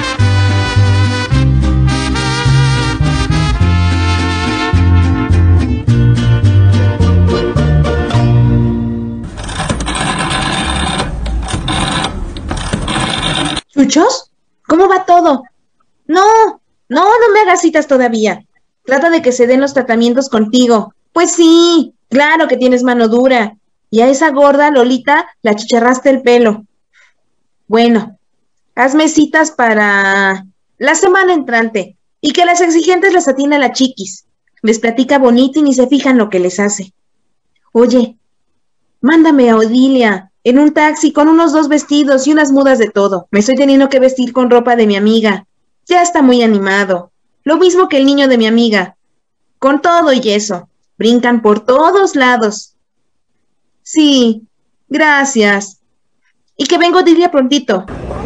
Speaker 5: ¿Chuchos? ¿Cómo va todo? No, no, no me hagas citas todavía. Trata de que se den los tratamientos contigo. Pues sí, claro que tienes mano dura. Y a esa gorda, Lolita, la chicharraste el pelo. Bueno, hazme citas para la semana entrante. Y que las exigentes las atienda la chiquis. Les platica bonito y ni se fijan lo que les hace. Oye, mándame a Odilia en un taxi con unos dos vestidos y unas mudas de todo. Me estoy teniendo que vestir con ropa de mi amiga. Ya está muy animado. Lo mismo que el niño de mi amiga. Con todo y eso. Brincan por todos lados. Sí, gracias. Y que vengo Odilia prontito.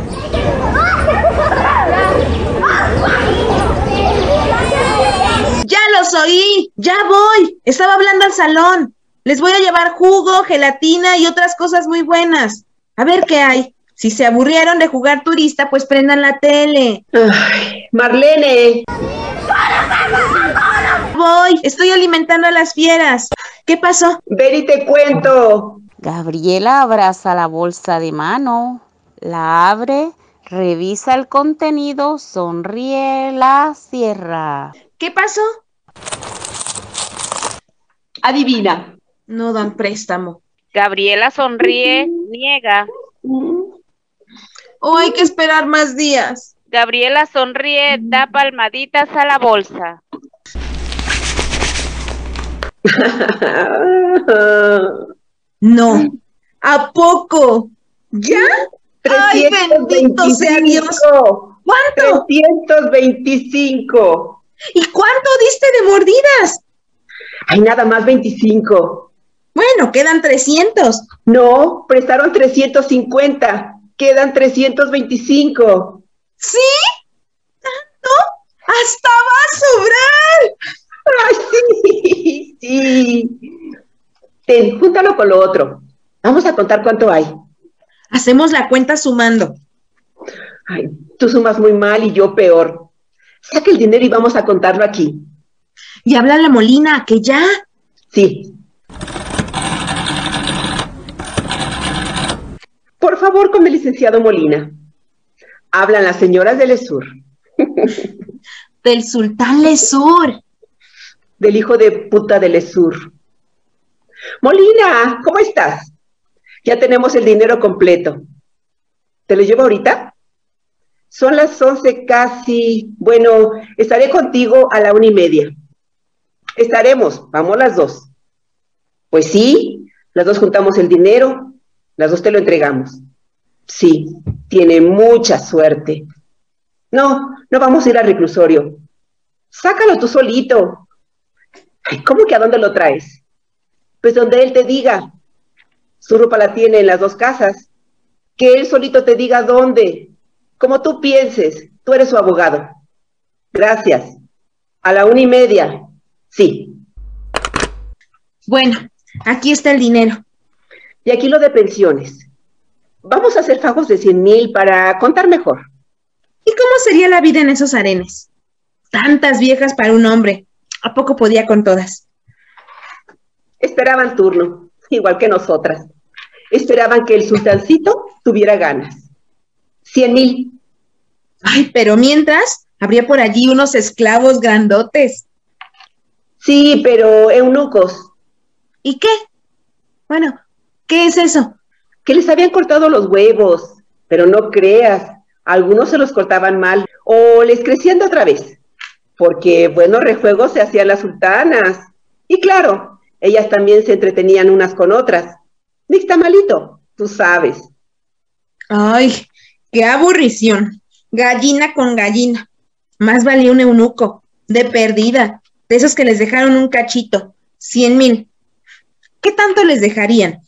Speaker 5: ¡Ya los oí! ¡Ya voy! Estaba hablando al salón. Les voy a llevar jugo, gelatina y otras cosas muy buenas. A ver qué hay. Si se aburrieron de jugar turista, pues prendan la tele.
Speaker 6: Ay, Marlene.
Speaker 5: Voy, estoy alimentando a las fieras. ¿Qué pasó?
Speaker 6: Ven y te cuento.
Speaker 4: Gabriela abraza la bolsa de mano, la abre, revisa el contenido, sonríe, la cierra.
Speaker 5: ¿Qué pasó?
Speaker 6: Adivina.
Speaker 5: No dan préstamo.
Speaker 4: Gabriela sonríe, niega.
Speaker 5: Oh, hay que esperar más días.
Speaker 4: Gabriela sonríe, da palmaditas a la bolsa.
Speaker 5: No. ¿A poco? ¿Ya? ¡Ay, bendito sea Dios! ¿Cuánto?
Speaker 6: trescientos veinticinco.
Speaker 5: ¿Y cuánto diste de mordidas?
Speaker 6: Ay, nada más veinticinco.
Speaker 5: Bueno, quedan trescientos.
Speaker 6: No, prestaron trescientos cincuenta. Quedan trescientos veinticinco.
Speaker 5: ¿Sí? ¿Tanto? ¡Hasta va a sobrar!
Speaker 6: ¡Ay, sí! Sí. Ten, júntalo con lo otro. Vamos a contar cuánto hay.
Speaker 5: Hacemos la cuenta sumando.
Speaker 6: Ay, tú sumas muy mal y yo peor. Saca el dinero y vamos a contarlo aquí.
Speaker 5: Y habla a la Molina, que ya.
Speaker 6: Sí. Por favor, con el licenciado Molina. Hablan las señoras del Lesur.
Speaker 5: Del sultán Lesur.
Speaker 6: Del hijo de puta del Lesur. Molina, ¿cómo estás? Ya tenemos el dinero completo. ¿Te lo llevo ahorita? Son las once casi. Bueno, estaré contigo a la una y media. Estaremos, vamos las dos. Pues sí, las dos juntamos el dinero, las dos te lo entregamos. Sí, tiene mucha suerte. No, no vamos a ir al reclusorio. Sácalo tú solito. Ay, ¿cómo que a dónde lo traes? Pues donde él te diga. Su ropa la tiene en las dos casas. Que él solito te diga dónde. Como tú pienses, tú eres su abogado. Gracias. A la una y media. Sí.
Speaker 5: Bueno, aquí está el dinero.
Speaker 6: Y aquí lo de pensiones. Vamos a hacer pagos de cien mil para contar mejor.
Speaker 5: ¿Y cómo sería la vida en esos harenes? Tantas viejas para un hombre. ¿A poco podía con todas?
Speaker 6: Esperaban turno, igual que nosotras. Esperaban que el sultancito tuviera ganas. Cien mil.
Speaker 5: Ay, pero mientras, habría por allí unos esclavos grandotes.
Speaker 6: Sí, pero eunucos.
Speaker 5: ¿Y qué? Bueno, ¿qué es eso?
Speaker 6: Que les habían cortado los huevos, pero no creas, algunos se los cortaban mal, o les crecían de otra vez, porque buenos rejuegos se hacían las sultanas. Y claro, ellas también se entretenían unas con otras. Nixtamalito, tú sabes.
Speaker 5: Ay, qué aburrición. Gallina con gallina. Más valía un eunuco, de perdida, de esos que les dejaron un cachito, cien mil. ¿Qué tanto les dejarían?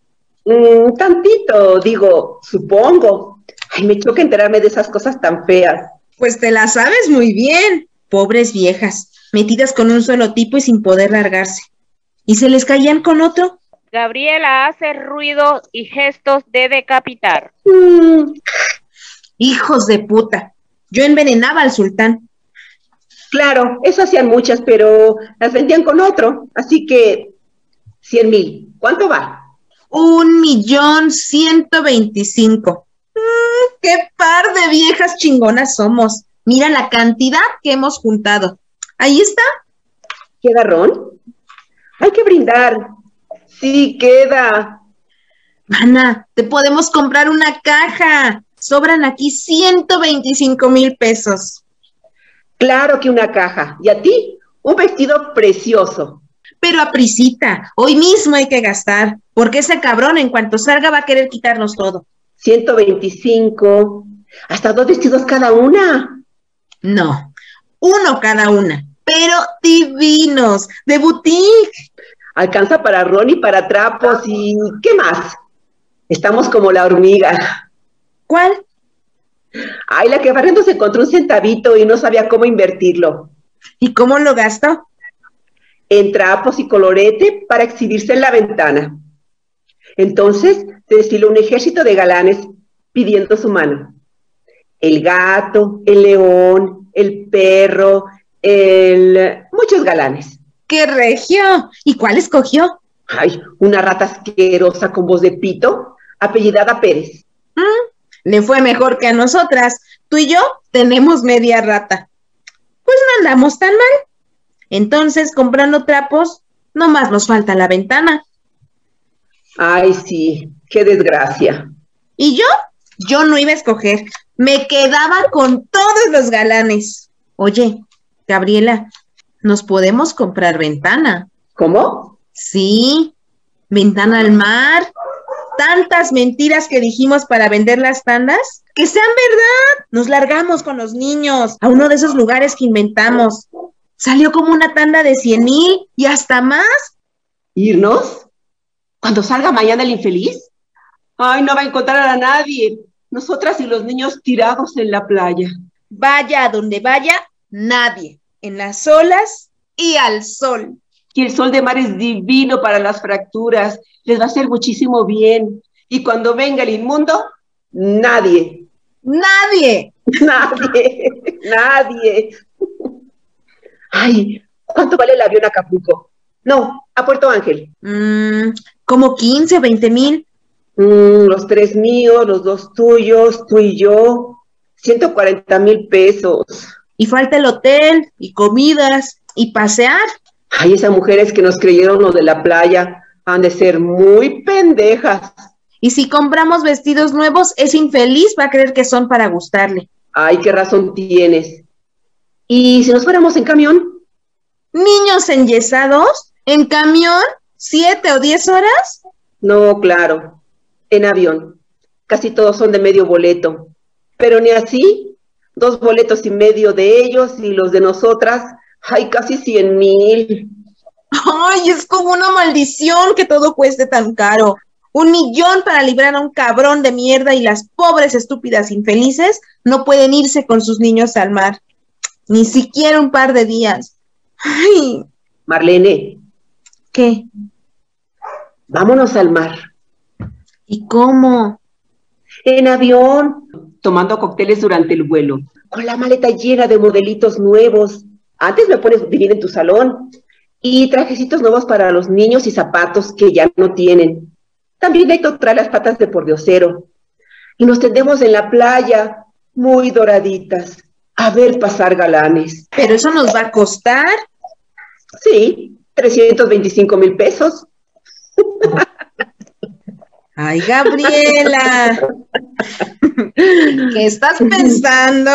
Speaker 6: Mm, tantito, digo, supongo. Ay, me choca enterarme de esas cosas tan feas.
Speaker 5: Pues te la sabes muy bien. Pobres viejas, metidas con un solo tipo y sin poder largarse. ¿Y se les caían con otro?
Speaker 4: Gabriela hace ruido y gestos de decapitar.
Speaker 5: Mm, hijos de puta. Yo envenenaba al sultán.
Speaker 6: Claro, eso hacían muchas, pero las vendían con otro. Así que, cien mil. ¿Cuánto va?
Speaker 5: Un millón ciento veinticinco. Mm, ¡Qué par de viejas chingonas somos! Mira la cantidad que hemos juntado. Ahí está.
Speaker 6: ¿Queda ron? Hay que brindar. Sí, queda.
Speaker 5: Ana, te podemos comprar una caja. Sobran aquí ciento veinticinco mil pesos.
Speaker 6: Claro que una caja. ¿Y a ti? Un vestido precioso.
Speaker 5: Pero a prisita, hoy mismo hay que gastar, porque ese cabrón en cuanto salga va a querer quitarnos todo.
Speaker 6: ciento veinticinco. Hasta dos vestidos cada una.
Speaker 5: No, uno cada una, pero divinos, de boutique.
Speaker 6: Alcanza para ron y para trapos y... ¿qué más? Estamos como la hormiga.
Speaker 5: ¿Cuál?
Speaker 6: Ay, la que barriendo se encontró un centavito y no sabía cómo invertirlo.
Speaker 5: ¿Y cómo lo gastó?
Speaker 6: En trapos y colorete para exhibirse en la ventana. Entonces se desfiló un ejército de galanes pidiendo su mano. El gato, el león, el perro, el... muchos galanes.
Speaker 5: ¡Qué regio! ¿Y cuál escogió?
Speaker 6: Ay, una rata asquerosa con voz de pito, apellidada Pérez.
Speaker 5: ¿Mm? Le fue mejor que a nosotras. Tú y yo tenemos media rata. Pues no andamos tan mal. Entonces, comprando trapos, nomás nos falta la ventana.
Speaker 6: Ay, sí, qué desgracia.
Speaker 5: ¿Y yo? Yo no iba a escoger. Me quedaba con todos los galanes. Oye, Gabriela, ¿nos podemos comprar ventana?
Speaker 6: ¿Cómo?
Speaker 5: Sí, ventana al mar. Tantas mentiras que dijimos para vender las tandas. ¡Que sean verdad! Nos largamos con los niños a uno de esos lugares que inventamos. Salió como una tanda de cien mil y hasta más.
Speaker 6: ¿Irnos? ¿Cuando salga mañana el infeliz? Ay, no va a encontrar a nadie. Nosotras y los niños tirados en la playa.
Speaker 5: Vaya a donde vaya, nadie. En las olas y al sol.
Speaker 6: Y el sol de mar es divino para las fracturas. Les va a hacer muchísimo bien. Y cuando venga el inmundo, nadie.
Speaker 5: ¡Nadie!
Speaker 6: Nadie. Nadie. Ay, ¿cuánto vale el avión a Acapulco? No, a Puerto Ángel.
Speaker 5: Mm, como quince, veinte mil.
Speaker 6: Mm, los tres míos, los dos tuyos, tú y yo. ciento cuarenta mil pesos.
Speaker 5: Y falta el hotel, y comidas, y pasear.
Speaker 6: Ay, esas mujeres que nos creyeron lo de la playa han de ser muy pendejas.
Speaker 5: Y si compramos vestidos nuevos, ese infeliz va a creer que son para gustarle.
Speaker 6: Ay, qué razón tienes. ¿Y si nos fuéramos en camión?
Speaker 5: ¿Niños enyesados? ¿En camión? ¿Siete o diez horas?
Speaker 6: No, claro, en avión. Casi todos son de medio boleto. Pero ni así, dos boletos y medio de ellos y los de nosotras, hay casi cien mil.
Speaker 5: Ay, es como una maldición que todo cueste tan caro. Un millón para librar a un cabrón de mierda y las pobres estúpidas infelices no pueden irse con sus niños al mar. Ni siquiera un par de días. Ay.
Speaker 6: Marlene.
Speaker 5: ¿Qué?
Speaker 6: Vámonos al mar.
Speaker 5: ¿Y cómo?
Speaker 6: En avión, tomando cócteles durante el vuelo, con la maleta llena de modelitos nuevos. Antes me pones vivir en tu salón. Y trajecitos nuevos para los niños y zapatos que ya no tienen. También Héctor trae las patas de pordiosero. Y nos tendemos en la playa, muy doraditas, a ver pasar galanes.
Speaker 5: ¿Pero eso nos va a costar?
Speaker 6: Sí, trescientos veinticinco mil pesos.
Speaker 5: Ay, Gabriela. ¿Qué estás pensando?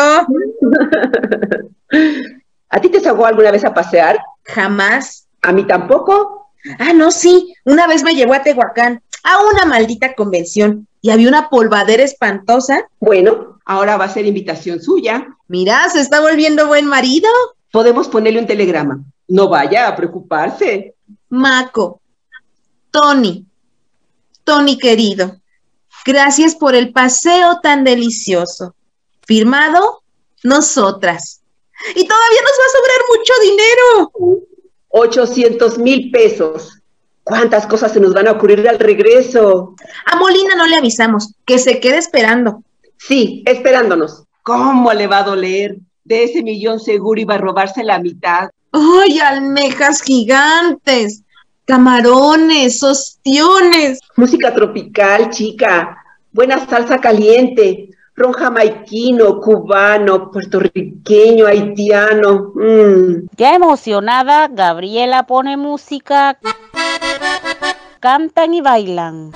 Speaker 6: ¿A ti te sacó alguna vez a pasear?
Speaker 5: Jamás.
Speaker 6: ¿A mí tampoco?
Speaker 5: Ah, no, sí. Una vez me llevó a Tehuacán, a una maldita convención. y había una polvadera espantosa.
Speaker 6: Bueno, ahora va a ser invitación suya.
Speaker 5: Mira, se está volviendo buen marido.
Speaker 6: Podemos ponerle un telegrama. No vaya a preocuparse.
Speaker 5: Maco, Tony, Tony querido, gracias por el paseo tan delicioso. Firmado, nosotras. Y todavía nos va a sobrar mucho dinero.
Speaker 6: ochocientos mil pesos. ¿Cuántas cosas se nos van a ocurrir al regreso?
Speaker 5: A Molina no le avisamos, que se quede esperando.
Speaker 6: Sí, esperándonos. ¿Cómo le va a doler? De ese millón seguro iba a robarse la mitad.
Speaker 5: ¡Ay, almejas gigantes! Camarones, ostiones.
Speaker 6: Música tropical, chica. Buena salsa caliente. Ron jamaiquino, cubano, puertorriqueño, haitiano. Mm.
Speaker 4: Ya emocionada, Gabriela pone música, cantan y bailan.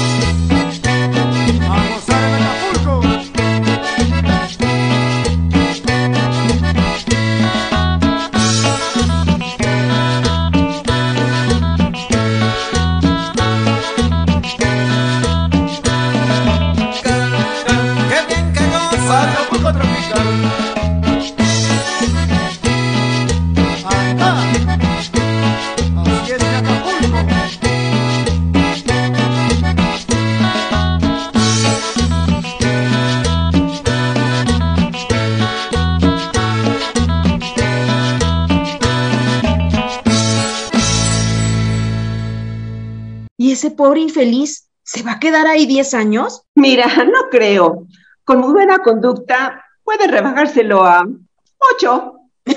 Speaker 5: ¿Y ese pobre infeliz se va a quedar ahí diez años?
Speaker 6: Mira, no creo. Con muy buena conducta puede rebajárselo a ocho.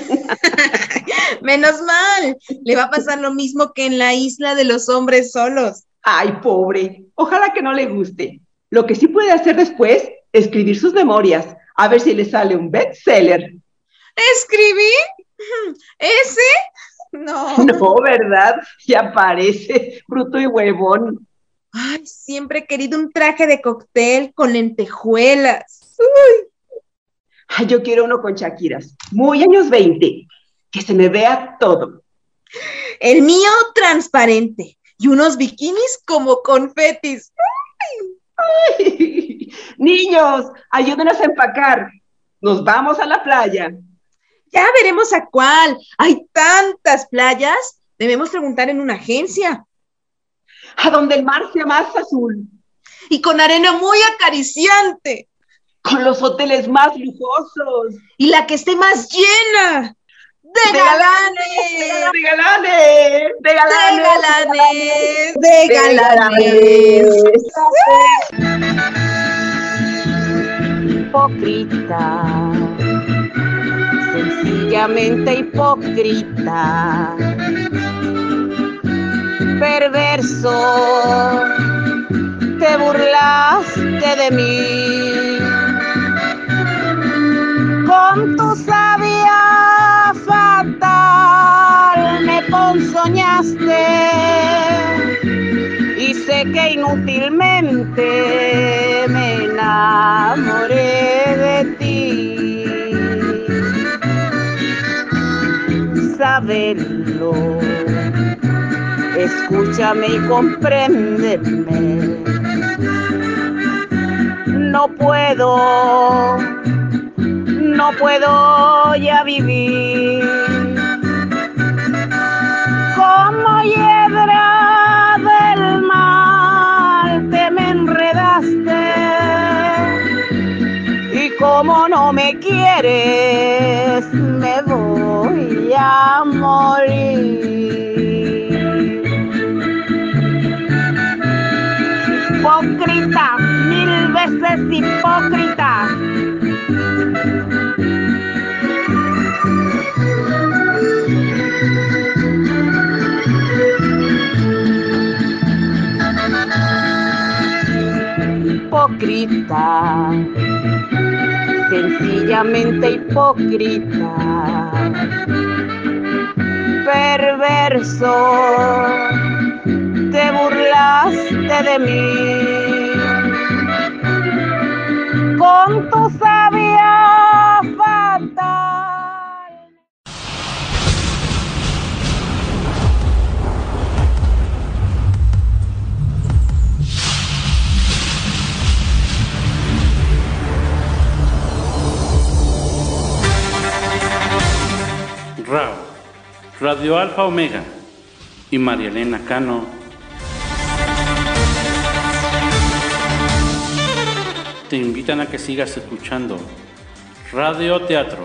Speaker 5: Menos mal, le va a pasar lo mismo que en la isla de los hombres solos.
Speaker 6: Ay, pobre, ojalá que no le guste. Lo que sí puede hacer después, escribir sus memorias, a ver si le sale un bestseller.
Speaker 5: ¿Escribir? ¿Ese? No.
Speaker 6: No, ¿verdad? Ya parece bruto y huevón.
Speaker 5: Ay, siempre he querido un traje de cóctel con lentejuelas. Uy.
Speaker 6: Ay, yo quiero uno con Shakiras, muy años veinte, que se me vea todo.
Speaker 5: El mío transparente y unos bikinis como confetis.
Speaker 6: Ay. Ay. Niños, ayúdenos a empacar. Nos vamos a la playa.
Speaker 5: Ya veremos a cuál. Hay tantas playas. Debemos preguntar en una agencia.
Speaker 6: A donde el mar sea más azul.
Speaker 5: Y con arena muy acariciante.
Speaker 6: Con los hoteles más lujosos.
Speaker 5: Y la que esté más llena. ¡De, de galanes!
Speaker 6: ¡De galanes! ¡De
Speaker 5: galanes! ¡De galanes! ¡De
Speaker 4: galanes! Hipócrita. Sencillamente hipócrita, perverso, te burlaste de mí, con tu sabia fatal me ponzoñaste, y sé que inútilmente me enamoré de ti. Saberlo, escúchame y compréndeme. No puedo, no puedo ya vivir como hiedra del mal, te me enredaste y como no me quieres me voy a morir. Hipócrita, mil veces hipócrita. Hipócrita, sencillamente hipócrita, perverso, te burlaste de mí, con tu sabia fatal.
Speaker 1: Radio Alfa Omega y María Elena Cano te invitan a que sigas escuchando Radio Teatro.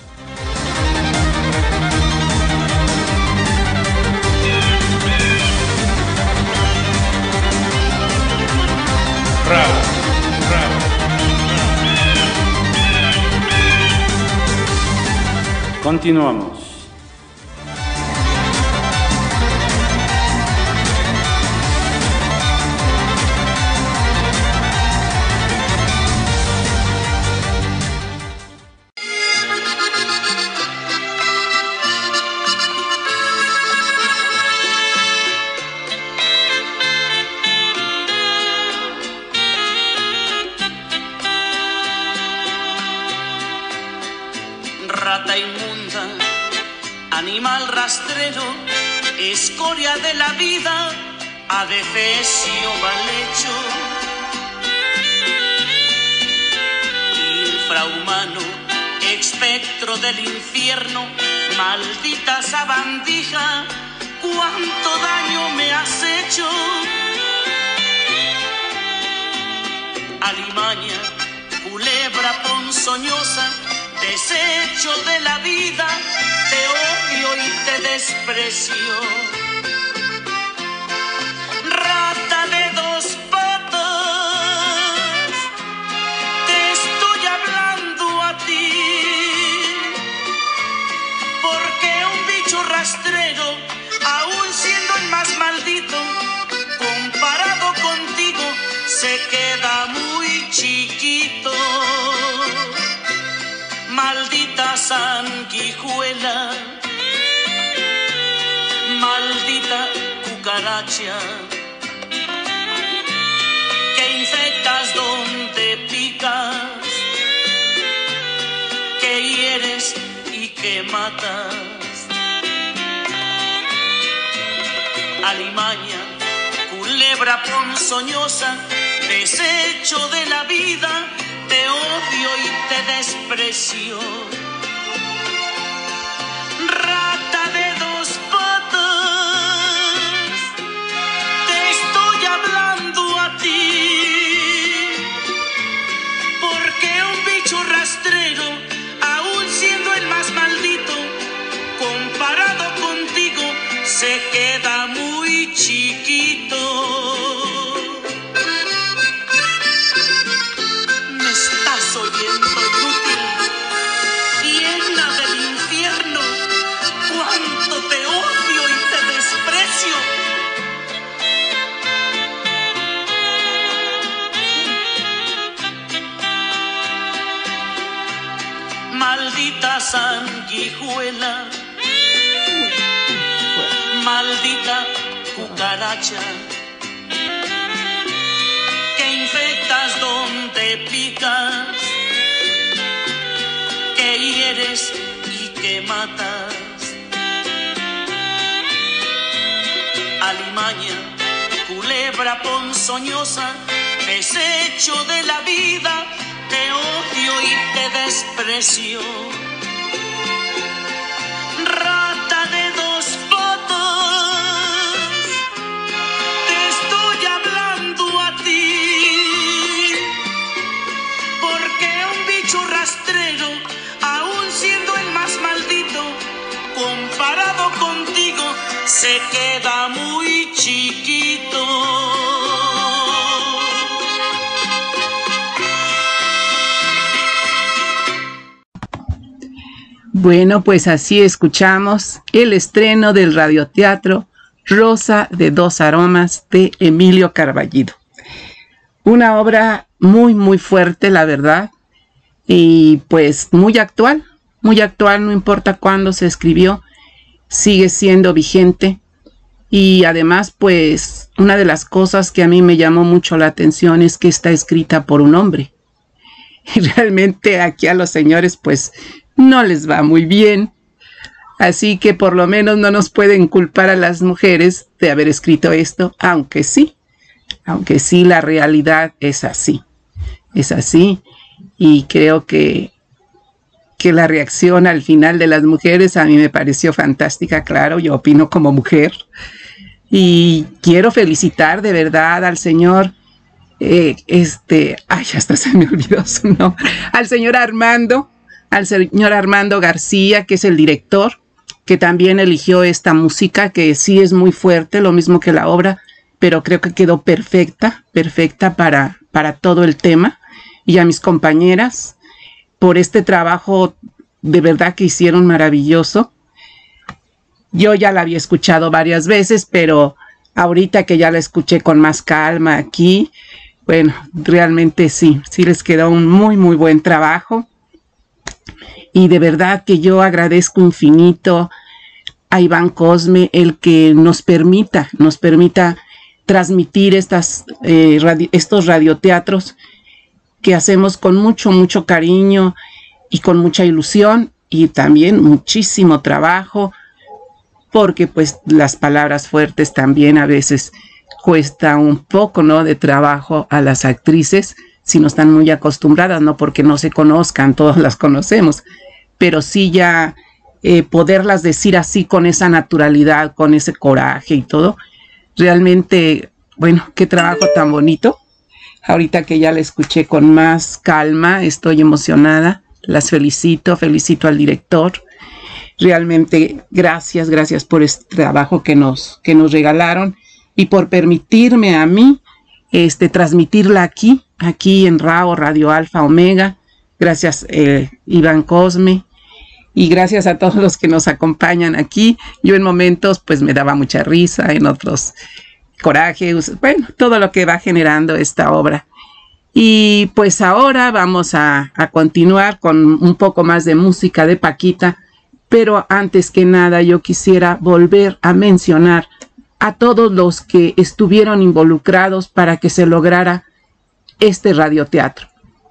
Speaker 1: Rao, Rao. Continuamos.
Speaker 3: Rata inmunda, animal rastrero, escoria de la vida, adefesio mal hecho. Infrahumano, espectro del infierno, maldita sabandija, cuánto daño me has hecho. Alimaña, culebra ponzoñosa, desecho de la vida, te odio y te desprecio. Rata de dos patas, te estoy hablando a ti, porque un bicho rastrero, aún siendo el más maldito, comparado contigo, se queda muy chiquito. Maldita sanguijuela, maldita cucaracha, que infectas donde picas, que hieres y que matas. Alimaña, culebra ponzoñosa, desecho de la vida, te odio y te desprecio. Rata de dos patas, te estoy hablando a ti, porque un bicho rastrero, aún siendo el más maldito, comparado contigo, se queda muy chiquito. Oyendo inútil, llena del infierno, cuánto te odio y te desprecio. Maldita sanguijuela, maldita cucaracha, que infectas donde picas, que hieres y que matas. Alimaña, culebra ponzoñosa, desecho de la vida, te odio y te desprecio. Rata de dos patas, te estoy hablando a ti, porque un bicho rastrero, aún siendo el más maldito, comparado contigo, se queda muy chiquito.
Speaker 2: Bueno, pues así escuchamos el estreno del radioteatro Rosa de dos aromas de Emilio Carballido. Una obra muy, muy fuerte, la verdad, y pues muy actual, muy actual, no importa cuándo se escribió, sigue siendo vigente. Y además, pues, una de las cosas que a mí me llamó mucho la atención es que está escrita por un hombre. Y realmente aquí a los señores, pues, no les va muy bien. Así que por lo menos no nos pueden culpar a las mujeres de haber escrito esto, aunque sí, aunque sí la realidad es así. Es así. Y creo que que la reacción al final de las mujeres a mí me pareció fantástica, claro, yo opino como mujer. Y quiero felicitar de verdad al señor, eh, este, ay, hasta se me olvidó su nombre, al señor Armando, al señor Armando García, que es el director, que también eligió esta música, que sí es muy fuerte, lo mismo que la obra, pero creo que quedó perfecta, perfecta para, para todo el tema. Y a mis compañeras, por este trabajo de verdad que hicieron maravilloso. Yo ya la había escuchado varias veces, pero ahorita que ya la escuché con más calma aquí, bueno, realmente sí, sí les quedó un muy, muy buen trabajo. Y de verdad que yo agradezco infinito a Iván Cosme el que nos permita, nos permita transmitir estas, eh, radio, estos radioteatros que hacemos con mucho, mucho cariño y con mucha ilusión y también muchísimo trabajo, porque pues las palabras fuertes también a veces cuesta un poco, ¿no?, de trabajo a las actrices si no están muy acostumbradas, no porque no se conozcan, todas las conocemos, pero sí ya eh, poderlas decir así con esa naturalidad, con ese coraje y todo, realmente, bueno, qué trabajo tan bonito. Ahorita que ya la escuché con más calma, estoy emocionada, las felicito, felicito al director. Realmente gracias, gracias por este trabajo que nos, que nos regalaron y por permitirme a mí este, transmitirla aquí, aquí en RAO, Radio Alfa Omega. Gracias eh, Iván Cosme y gracias a todos los que nos acompañan aquí. Yo en momentos pues me daba mucha risa, en otros coraje, bueno, todo lo que va generando esta obra. Y pues ahora vamos a, a continuar con un poco más de música de Paquita, pero antes que nada yo quisiera volver a mencionar a todos los que estuvieron involucrados para que se lograra este radioteatro.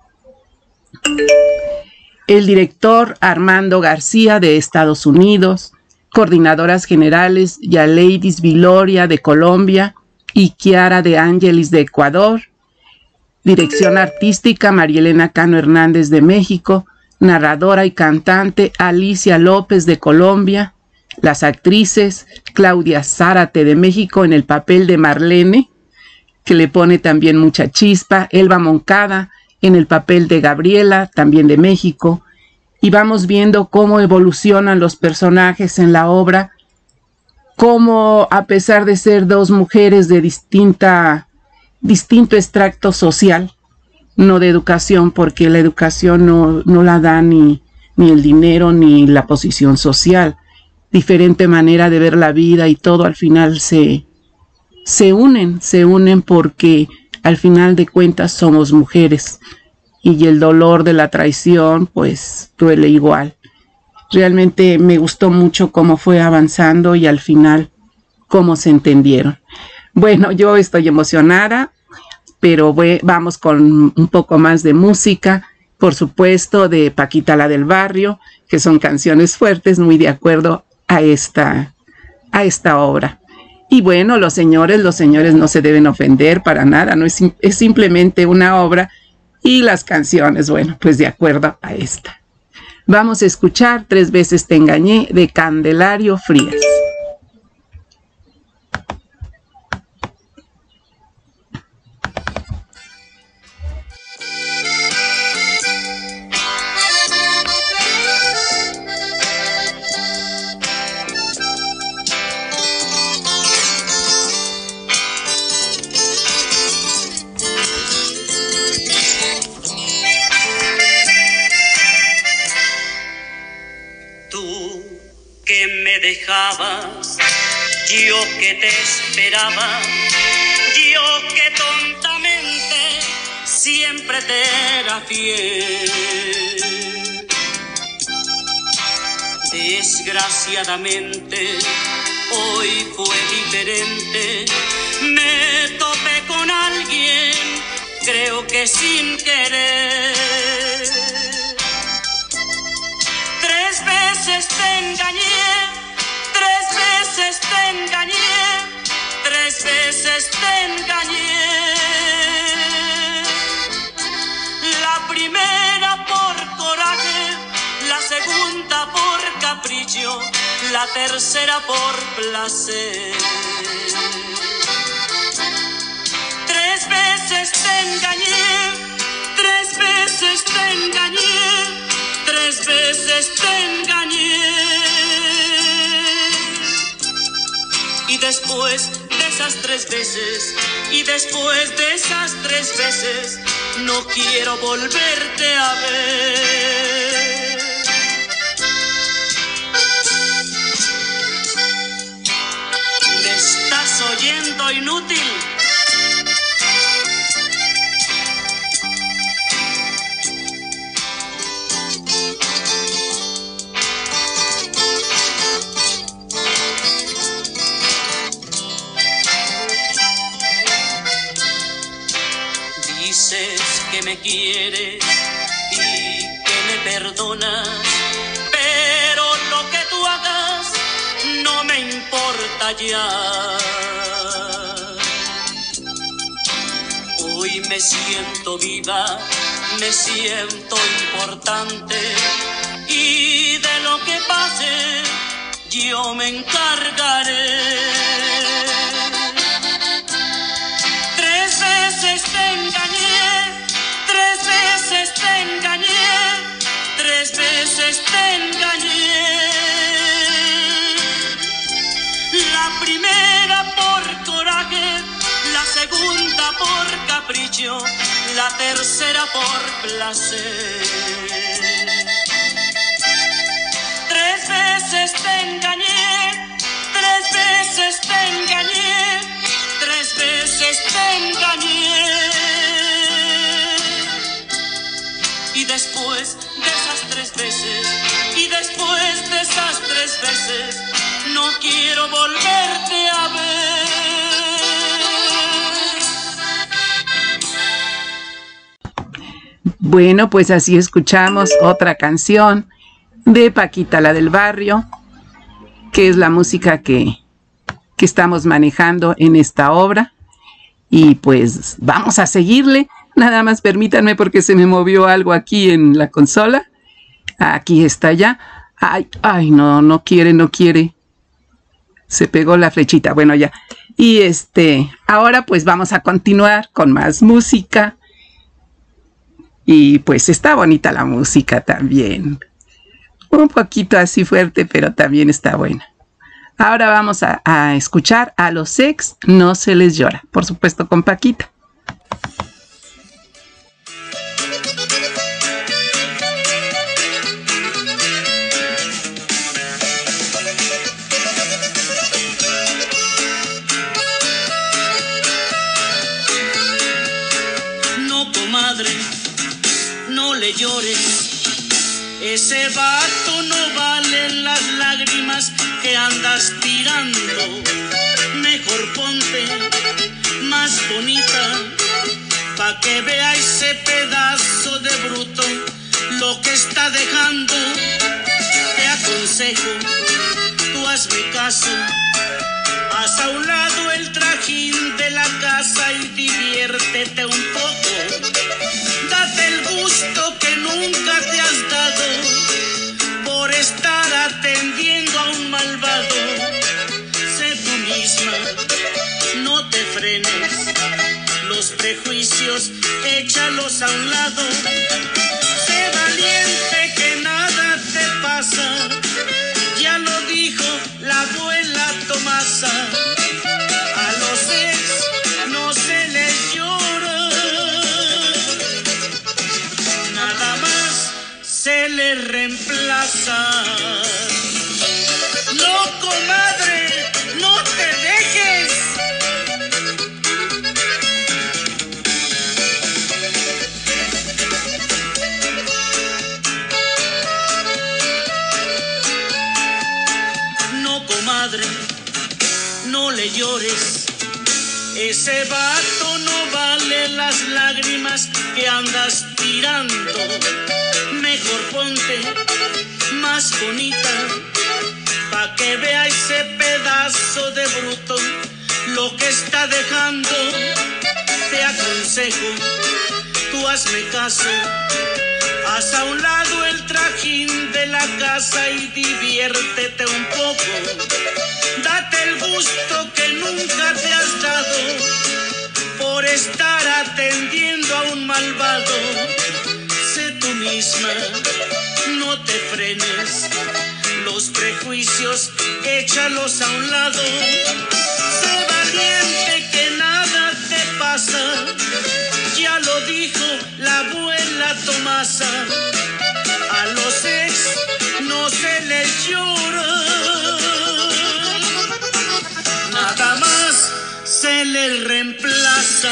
Speaker 2: El director Armando García de Estados Unidos, coordinadoras generales Yaleidis Viloria de Colombia y Chiara de Angelis de Ecuador, dirección artística Marielena Cano Hernández de México, narradora y cantante Alicia López de Colombia, las actrices Claudia Zárate de México en el papel de Marlene, que le pone también mucha chispa, Elba Moncada en el papel de Gabriela, también de México, y vamos viendo cómo evolucionan los personajes en la obra, cómo a pesar de ser dos mujeres de distinta, distinto extracto social, no de educación, porque la educación no, no la da ni, ni el dinero ni la posición social, diferente manera de ver la vida y todo al final se, se unen, se unen porque al final de cuentas somos mujeres y el dolor de la traición pues duele igual. Realmente me gustó mucho cómo fue avanzando y al final cómo se entendieron. Bueno, yo estoy emocionada, pero voy, vamos con un poco más de música, por supuesto de Paquita la del Barrio, que son canciones fuertes, muy de acuerdo a esta, a esta obra. Y bueno, los señores, los señores no se deben ofender para nada, no es, es simplemente una obra y las canciones, bueno, pues de acuerdo a esta. Vamos a escuchar Tres veces te engañé de Candelario Frías.
Speaker 3: Dejabas, yo que te esperaba, yo que tontamente siempre te era fiel. Desgraciadamente hoy fue diferente, me topé con alguien, creo que sin querer. Tres veces te engañé, tres veces te engañé, tres veces te engañé. La primera por coraje, la la tercera por placer. Tres veces te engañé, tres veces te engañé, tres veces te engañé. Y después de esas tres veces, y después de esas tres veces, no quiero volverte a ver. ¿Me estás oyendo, inútil? Dices que me quieres y que me perdonas, pero lo que tú hagas no me importa ya. Hoy me siento viva, me siento importante, y de lo que pase yo me encargaré. Tres veces te engañé, tres veces te engañé, tres veces te engañé. La primera por coraje, la segunda por capricho, la tercera por placer. Tres veces te engañé, tres veces te engañé, tres veces te engañé. Y después de esas tres veces, y después de esas tres veces, no quiero volverte a ver.
Speaker 2: Bueno, pues así escuchamos otra canción de Paquita, la del barrio, que es la música que, que estamos manejando en esta obra. Y pues vamos a seguirle. Nada más permítanme porque se me movió algo aquí en la consola. Aquí está ya. Ay, ay, no, no quiere, no quiere. Se pegó la flechita. Bueno, ya. Y este, ahora pues vamos a continuar con más música. Y pues está bonita la música también. Un poquito así fuerte, pero también está buena. Ahora vamos a, a escuchar a los Ex, No se les llora. Por supuesto con Paquita.
Speaker 3: No, comadre, no le llores. Ese vato no vale las lágrimas que andas tirando. Mejor ponte más bonita pa' que vea ese pedazo de bruto lo que está dejando. Te aconsejo, tú hazme caso, haz a un lado el trajín de la casa y diviértete un poco. Date el gusto que nunca te has dado por estar atendiendo a un malvado. Sé tú misma, no te frenes, los prejuicios échalos a un lado. Sé valiente que nada te pasa, ya lo dijo la abuela Tomasa. A los ex no se les llora, nada más se les reemplaza. No, comadre, no te dejes. No, comadre, no le llores. Ese vato no vale las lágrimas que andas tirando. Mejor ponte más bonita pa' que vea ese pedazo de bruto lo que está dejando. Te aconsejo, tú hazme caso, Haz a un lado el trajín de la casa y diviértete un poco. Date el gusto que nunca te has dado por estar atendiendo a un malvado. Sé tú misma, no te frenes. Los prejuicios, échalos a un lado. Sé valiente que nada te pasa. Ya lo dijo la abuela Tomasa. A los ex no se les llora. Nada más se les reemplaza.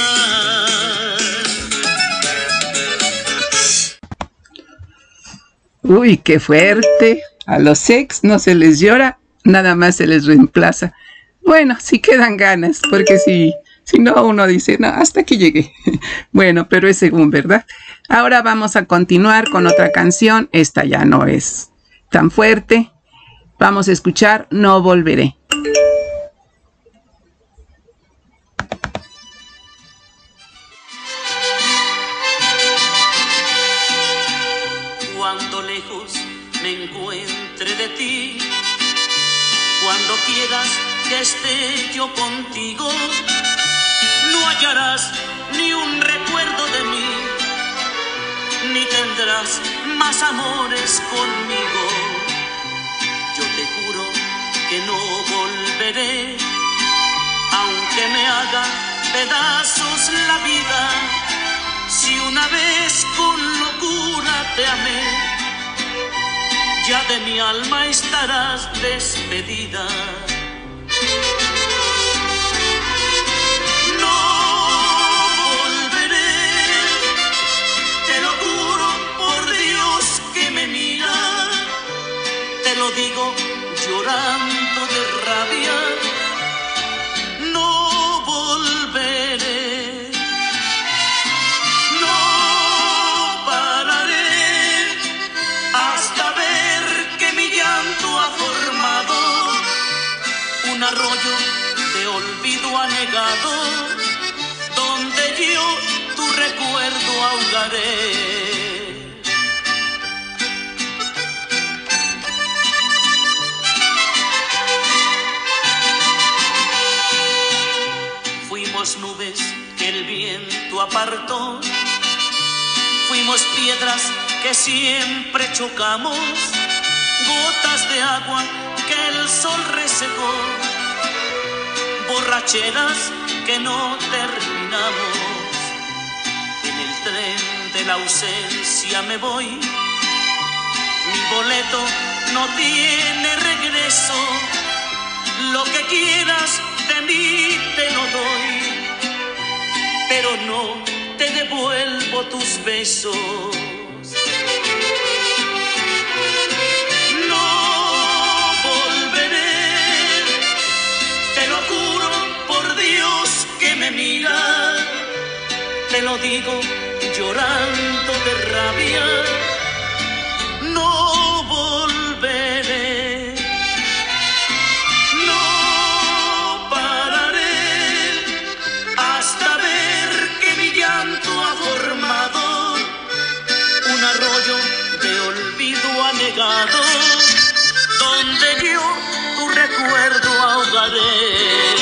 Speaker 2: Uy, qué fuerte. A los ex no se les llora, nada más se les reemplaza. Bueno, sí quedan ganas, porque si, si no uno dice, no, hasta aquí llegué. Bueno, pero es según, ¿verdad? Ahora vamos a continuar con otra canción. Esta ya no es tan fuerte. Vamos a escuchar No Volveré.
Speaker 3: Cuando lejos me encuentre de ti, cuando quieras que esté yo contigo, no hallarás ni un recuerdo de mí, ni tendrás más amores conmigo. Yo te juro que no volveré, aunque me haga pedazos la vida. Si una vez con locura te amé, ya de mi alma estarás despedida. No volveré, te lo juro por Dios que me mira. Te lo digo llorando de rabia. No volveré. No pararé hasta ver que mi llanto ha formado un arroyo de olvido anegado, donde yo tu recuerdo ahogaré. Fuimos nubes que el viento apartó, fuimos piedras que siempre chocamos, gotas de agua que el sol resecó, borracheras que no terminamos. En el tren de la ausencia me voy, mi boleto no tiene regreso. Lo que quieras de mí te lo doy, pero no te devuelvo tus besos. No volveré, te lo juro por Dios que me mira. Te lo digo llorando de rabia. No volveré. No pararé hasta ver que mi llanto ha formado un arroyo de olvido anegado, donde yo tu recuerdo ahogaré.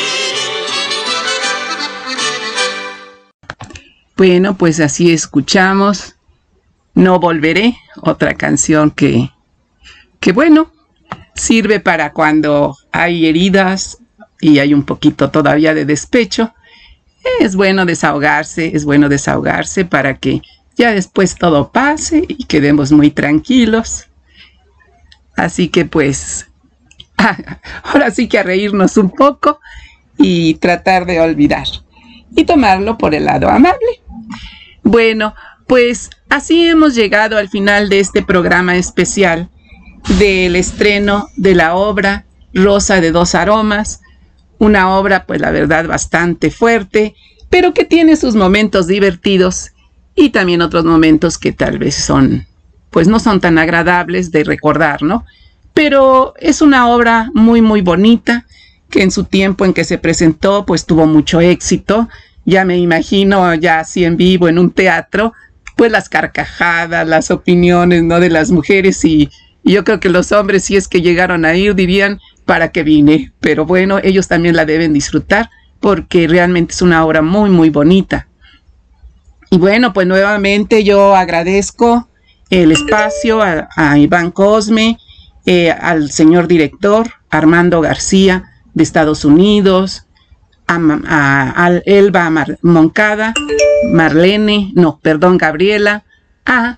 Speaker 2: Bueno, pues así escuchamos No Volveré, otra canción que, que bueno, sirve para cuando hay heridas y hay un poquito todavía de despecho. Es bueno desahogarse, es bueno desahogarse para que ya después todo pase y quedemos muy tranquilos. Así que pues, ahora sí que a reírnos un poco y tratar de olvidar y tomarlo por el lado amable. Bueno, pues así hemos llegado al final de este programa especial del estreno de la obra Rosa de dos Aromas, una obra pues la verdad bastante fuerte, pero que tiene sus momentos divertidos y también otros momentos que tal vez son, pues no son tan agradables de recordar, ¿no? Pero es una obra muy muy bonita, que en su tiempo en que se presentó pues tuvo mucho éxito. Ya me imagino ya así en vivo en un teatro, pues las carcajadas, las opiniones, ¿no?, de las mujeres, y, y yo creo que los hombres, si es que llegaron a ir, dirían, ¿para qué vine? Pero bueno, ellos también la deben disfrutar porque realmente es una obra muy, muy bonita. Y bueno, pues nuevamente yo agradezco el espacio a, a Iván Cosme, eh, al señor director Armando García de Estados Unidos, a, a, a Elba Mar Moncada, Marlene, no, perdón, Gabriela, a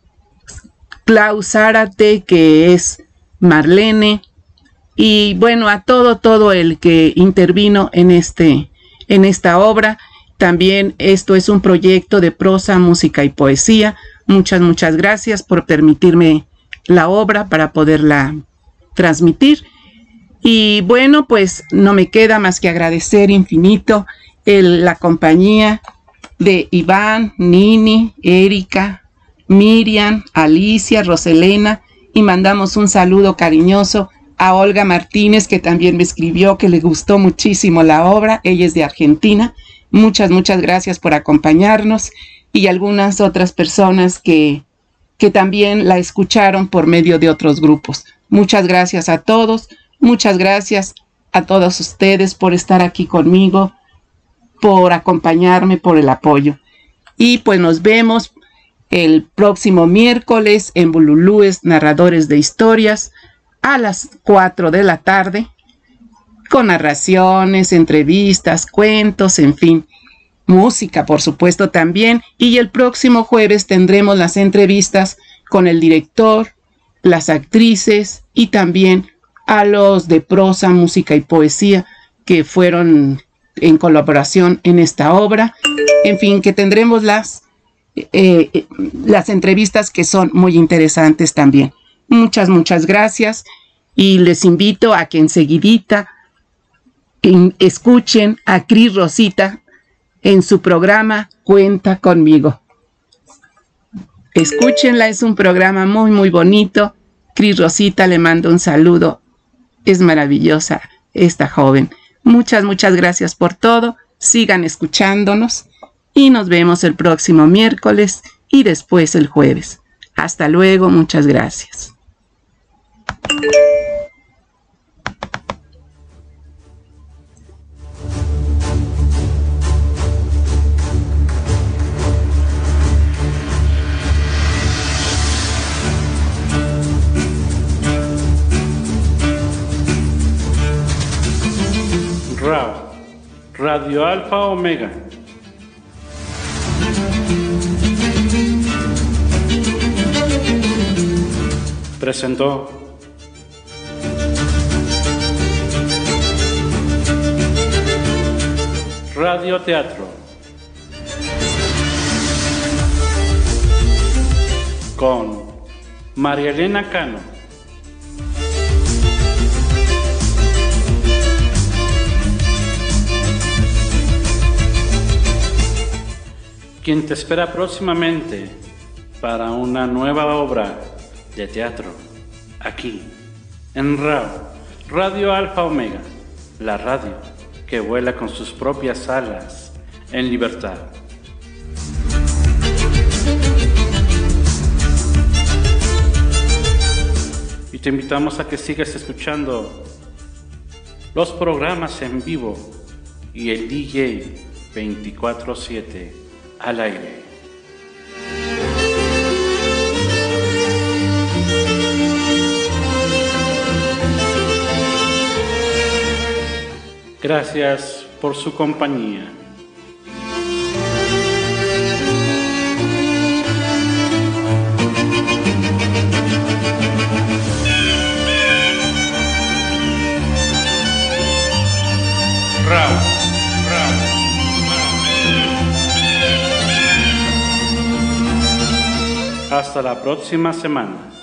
Speaker 2: Klaus Zárate, que es Marlene, y bueno, a todo, todo el que intervino en, este, en esta obra. También esto es un proyecto de prosa, música y poesía. Muchas, muchas gracias por permitirme la obra para poderla transmitir. Y bueno, pues no me queda más que agradecer infinito el, la compañía de Iván, Nini, Erika, Miriam, Alicia, Roselena, y mandamos un saludo cariñoso a Olga Martínez, que también me escribió que le gustó muchísimo la obra. Ella es de Argentina. Muchas, muchas gracias por acompañarnos, y algunas otras personas que, que también la escucharon por medio de otros grupos. Muchas gracias a todos, muchas gracias a todos ustedes por estar aquí conmigo, por acompañarme, por el apoyo. Y pues nos vemos el próximo miércoles en Bululúes Narradores de Historias a las cuatro de la tarde, con narraciones, entrevistas, cuentos, en fin, música, por supuesto, también. Y el próximo jueves tendremos las entrevistas con el director, las actrices y también a los de prosa, música y poesía que fueron en colaboración en esta obra. En fin, que tendremos las, eh, las entrevistas que son muy interesantes también. Muchas, muchas gracias, y les invito a que enseguidita escuchen a Cris Rosita en su programa Cuenta Conmigo. Escúchenla, es un programa muy, muy bonito. Cris Rosita, le mando un saludo. Es maravillosa esta joven. Muchas, muchas gracias por todo. Sigan escuchándonos y nos vemos el próximo miércoles y después el jueves. Hasta luego, muchas gracias.
Speaker 1: RAO, Radio Alfa Omega. Presentó Radio Teatro con María Elena Cano, quien te espera próximamente para una nueva obra de teatro, aquí, en RAO, Radio Alfa Omega, la radio que vuela con sus propias alas en libertad. Y te invitamos a que sigas escuchando los programas en vivo y el D J veinticuatro siete al aire. Gracias por su compañía. RAO, RAO, RAO. Hasta la próxima semana.